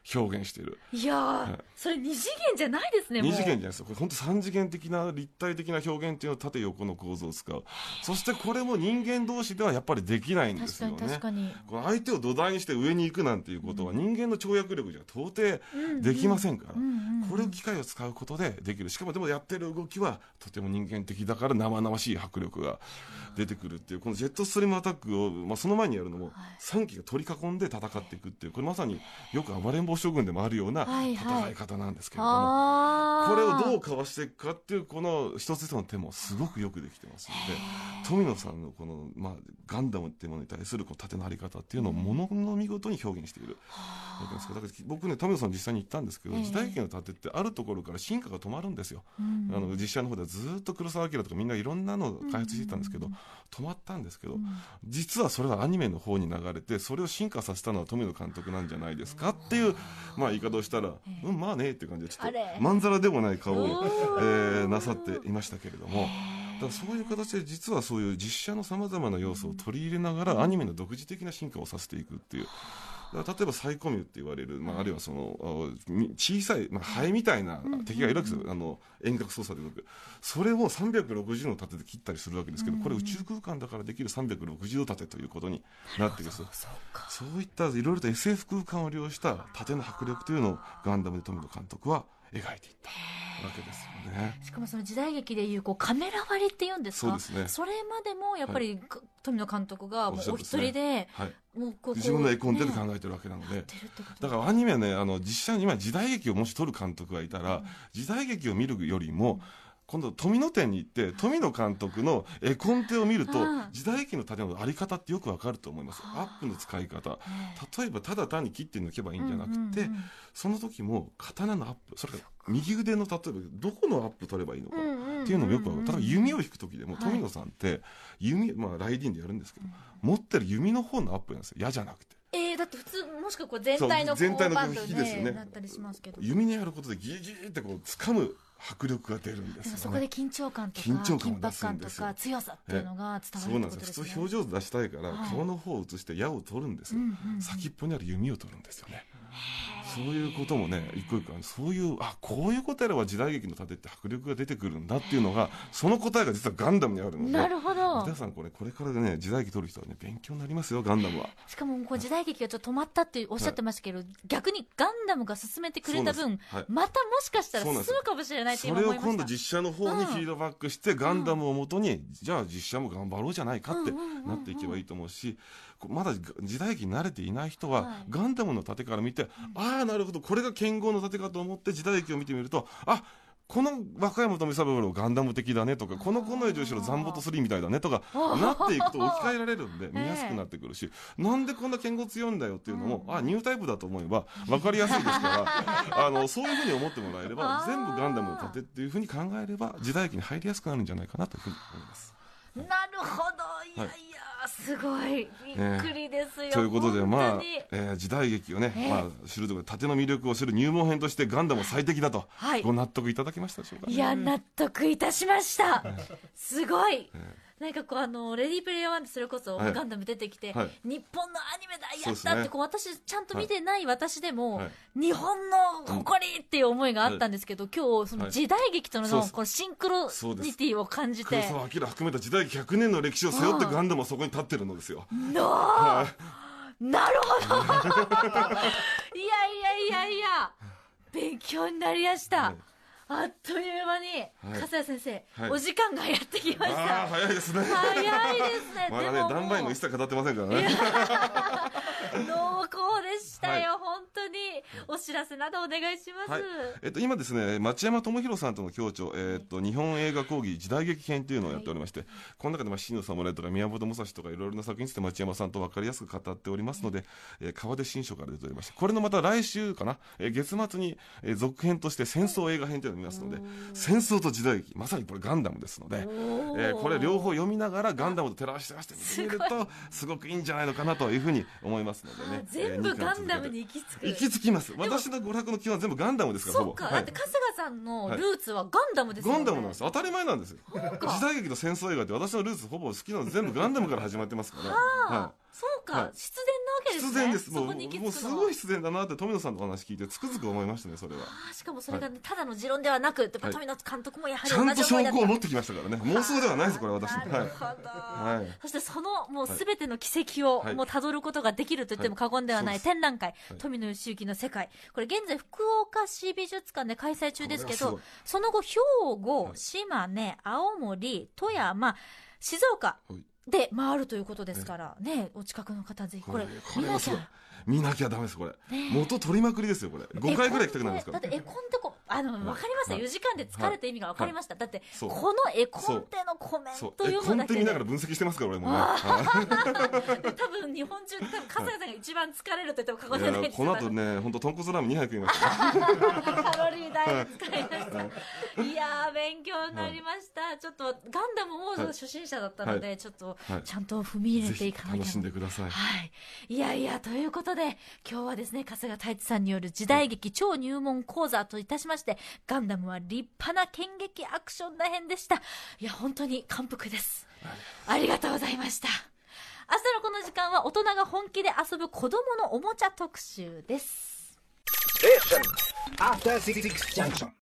表現している。 いやー、はい、それ二次元じゃないですね。 二次元じゃないですよ。これ本当三次元的な立体的な表現っていうのを縦横の構造を使う。そしてこれも人間同士ではやっぱりできないんですよね。 確かに確かに。 この相手を土台にして上に行くなんていうことは人間の跳躍力じゃ到底できませんから、これを機械を使うことでできる。しかもでもやってる動きはとても人間的だから生々しい迫力が出てくるっていう、このジェットストリームアタックを、まあ、その前にやるのもさん機が取り囲んで戦っていくっていう、これまさによく暴れん坊将軍でもあるような戦い方なんですけれども、はいはい、これをどうかわしていくかっていうこの一つ一つの手もすごくよくできてますので、富野さんのこの、まあ、ガンダムっていうものに対するこの盾のあり方っていうのをものの見事に表現しているわけですけど、だから僕ね富野さん実際に言ったんですけど、時代劇の盾ってあるところから進化が止まるんですよ、うん、あの実写の方ではずっと黒澤明とかみんないろんなのを開発していたんですけど、うん、止まったんですけど、うん、実はそれはアニメの方に流れて、それを進化させたのは富野監督なんじゃないですかっていう、まあ、言い方をしたら、うん、まあねっていう感じでちょっとまんざらでもない顔を、えー、なさっていましたけれども、だからそういう形で実はそういう実写のさまざまな要素を取り入れながらアニメの独自的な進化をさせていくっていう。だから例えばサイコミュって言われる、まあ、あるいはその小さい、まあ、ハエみたいな敵がいるわけですよ、あの遠隔操作で動く。それをさんびゃくろくじゅうどの盾で切ったりするわけですけど、これ宇宙空間だからできるさんびゃくろくじゅうど盾ということになっています。そういったいろいろと エスエフ 空間を利用した盾の迫力というのをガンダムで富野監督は描いていったわけですよね。 しかもその時代劇でいうこうカメラ割りっていうんですか。 そうですね。 それまでもやっぱり、はい、富野監督がもうお一人で、 はい、 もうこう自分の絵コンテで考えてるわけなので、ね、だからアニメはね、あの実写に今時代劇をもし撮る監督がいたら、うん、時代劇を見るよりも、うん、今度富野店に行って富野監督の絵コンテを見ると時代劇の盾のあり方ってよくわかると思います。アップの使い方、例えばただ単に切って抜けばいいんじゃなくて、うんうんうん、その時も刀のアップ、それから右腕の例えばどこのアップ取ればいいのかっていうのもよくわかる。例えば弓を引く時でも富野さんって弓、まあライディンでやるんですけど、持ってる弓の方のアップなんですよ、矢じゃなくて。 えー、だって普通もしくはこう全体のこう全体のバンド引きですよね。 なったりしますけど、 弓にやることでギリギリってこう掴む迫力が出るんですよね。 そこで緊張感とか緊張感緊迫感とか強さっていうのが伝わるってことですね。 そうなんです。普通表情を出したいから、はい、顔の方を映して矢を取るんですよ、うんうんうん、先っぽにある弓を取るんですよね。そういうこともね、一個一個そういう、あ、こういうことやれば時代劇の盾って迫力が出てくるんだっていうのが、その答えが実はガンダムにあるので、 なるほど。 皆さんこれこれからね時代劇撮る人はね勉強になりますよ、ガンダムは。 しかもこう時代劇がちょっと止まったっておっしゃってましたけど、はい、逆にガンダムが進めてくれた分、はい、またもしかしたら進むかもしれないって今思いました。 それを今度実写の方にフィードバックして、うん、ガンダムをもとに、じゃあ実写も頑張ろうじゃないかってなっていけばいいと思うし、まだ時代劇に慣れていない人は、はい、ガンダムの盾から見て、うん、ああなるほどこれが剣豪の盾かと思って時代劇を見てみると、あ、この和歌山富三郎ガンダム的だねとか、この近衛十四郎ザンボトスリーみたいだねとかなっていくと置き換えられるんで見やすくなってくるし、なんでこんな剣豪強いんだよっていうのも、あ、ニュータイプだと思えば分かりやすいですからあのそういうふうに思ってもらえれば、全部ガンダムの盾っていうふうに考えれば時代劇に入りやすくなるんじゃないかなというふうに思います。 なるほど。いやいや、すごいびっくりですよ、ね、 ということで、まあえー、時代劇をね、えーまあ、知るところで盾の魅力を知る入門編としてガンダム最適だと、はい、ご納得いただけましたでしょうか、ね、 いや納得いたしましたすごい、えーなんかこうあのレディープレイヤーワンでそれこそガンダム出てきて、はい、日本のアニメだやったってこう、私ちゃんと見てない私でも、はい、日本の誇りっていう思いがあったんですけど、はい、今日その時代劇とのこのシンクロニティを感じて、 黒澤明含めた時代劇ひゃくねんの歴史を背負ってガンダムはそこに立ってるのですよ。 のー、なるほどいやいやいやいや勉強になりました、はい、あっという間に、はい、笠谷先生、はい、お時間がやってきました。 あ、早いですね。 早いですね。 まだね、ダンバインも一切語ってませんからね。 濃厚でしたよ、はい、本当に。お知らせなどお願いします。はい、 えっと、今ですね、町山智博さんとの共著、えー、っと、日本映画講義時代劇編というのをやっておりまして、はい、この中で、まあ、七の侍とか宮本武蔵とかいろいろな作品について町山さんと分かりやすく語っておりますので、えー、川出新書から出ておりまして、これのまた来週かな、えー、月末に、えー、続編として戦争映画編というのを見ますので、戦争と時代劇、まさにこれガンダムですので、えー、これ両方読みながらガンダムと照らし合わせて見てみるとすごくいいんじゃないのかなというふうに思いますのでね。 全部ガンダムに行き着く。 行き着きます。私の娯楽の基本は全部ガンダムですから。 そうか、だって春日さんのルーツはガンダムですよね。 ガンダムなんです。当たり前なんですよ。時代劇と戦争映画って私のルーツほぼ好きなの全部ガンダムから始まってますから。 はい、そうか、必然なわけですね。 必然です。もう、 そこに行き着くのはもうすごい必然だなって富野さんのお話聞いてつくづく思いましたね、それは。 あしかもそれが、ね、ただの持論ではなく、やっぱ富野監督もやはり同ちゃんと証じ思いだった。 拠を持ってきましたからね。妄想ではないです、これ私。 なるほど、 はい。 そしてそのもうすべての軌跡をはいもう辿ることができると言っても過言ではない、 はい展覧会、 はい、 富野義行の世界。これ現在福岡市美術館で開催中ですけど、 これはすごいその後兵庫、 はい島根、青森、富山、静岡はいで回るということですからね、お近くの方ぜひこれこ見なきれはすごいゃ。 見なきゃダメです、これ。 ね元取りまくりですよ、これ。ごかいぐらい行きたくなるんですから。 だって絵コンテこあの、わかりました、 はいよじかんで疲れた意味がわかりました、だってそうこの絵コンテのコメンそう。 トえ、コン読むだけでテ見ながら分析してますから、俺もね。はで多分日本中で多分春日さんが一番疲れると言っても過言いじゃないですいやこの後ね、本当豚骨ラーメンにはい食いました。 カロリー大に使いましたいやー勉強になりました、ちょっとガンダムも初心者だったので、 はちょっとはいちゃんと踏み入れていかなきゃ、 ぜひ楽しんでください。 はい、いやいやということで今日はですね春日太一さんによる時代劇超入門講座といたしまして、ガンダムは立派な剣撃アクション大変でした。いや本当に感服です。ありがとうございました。明日のこの時間は大人が本気で遊ぶ子供のおもちゃ特集です。 After Six Junction.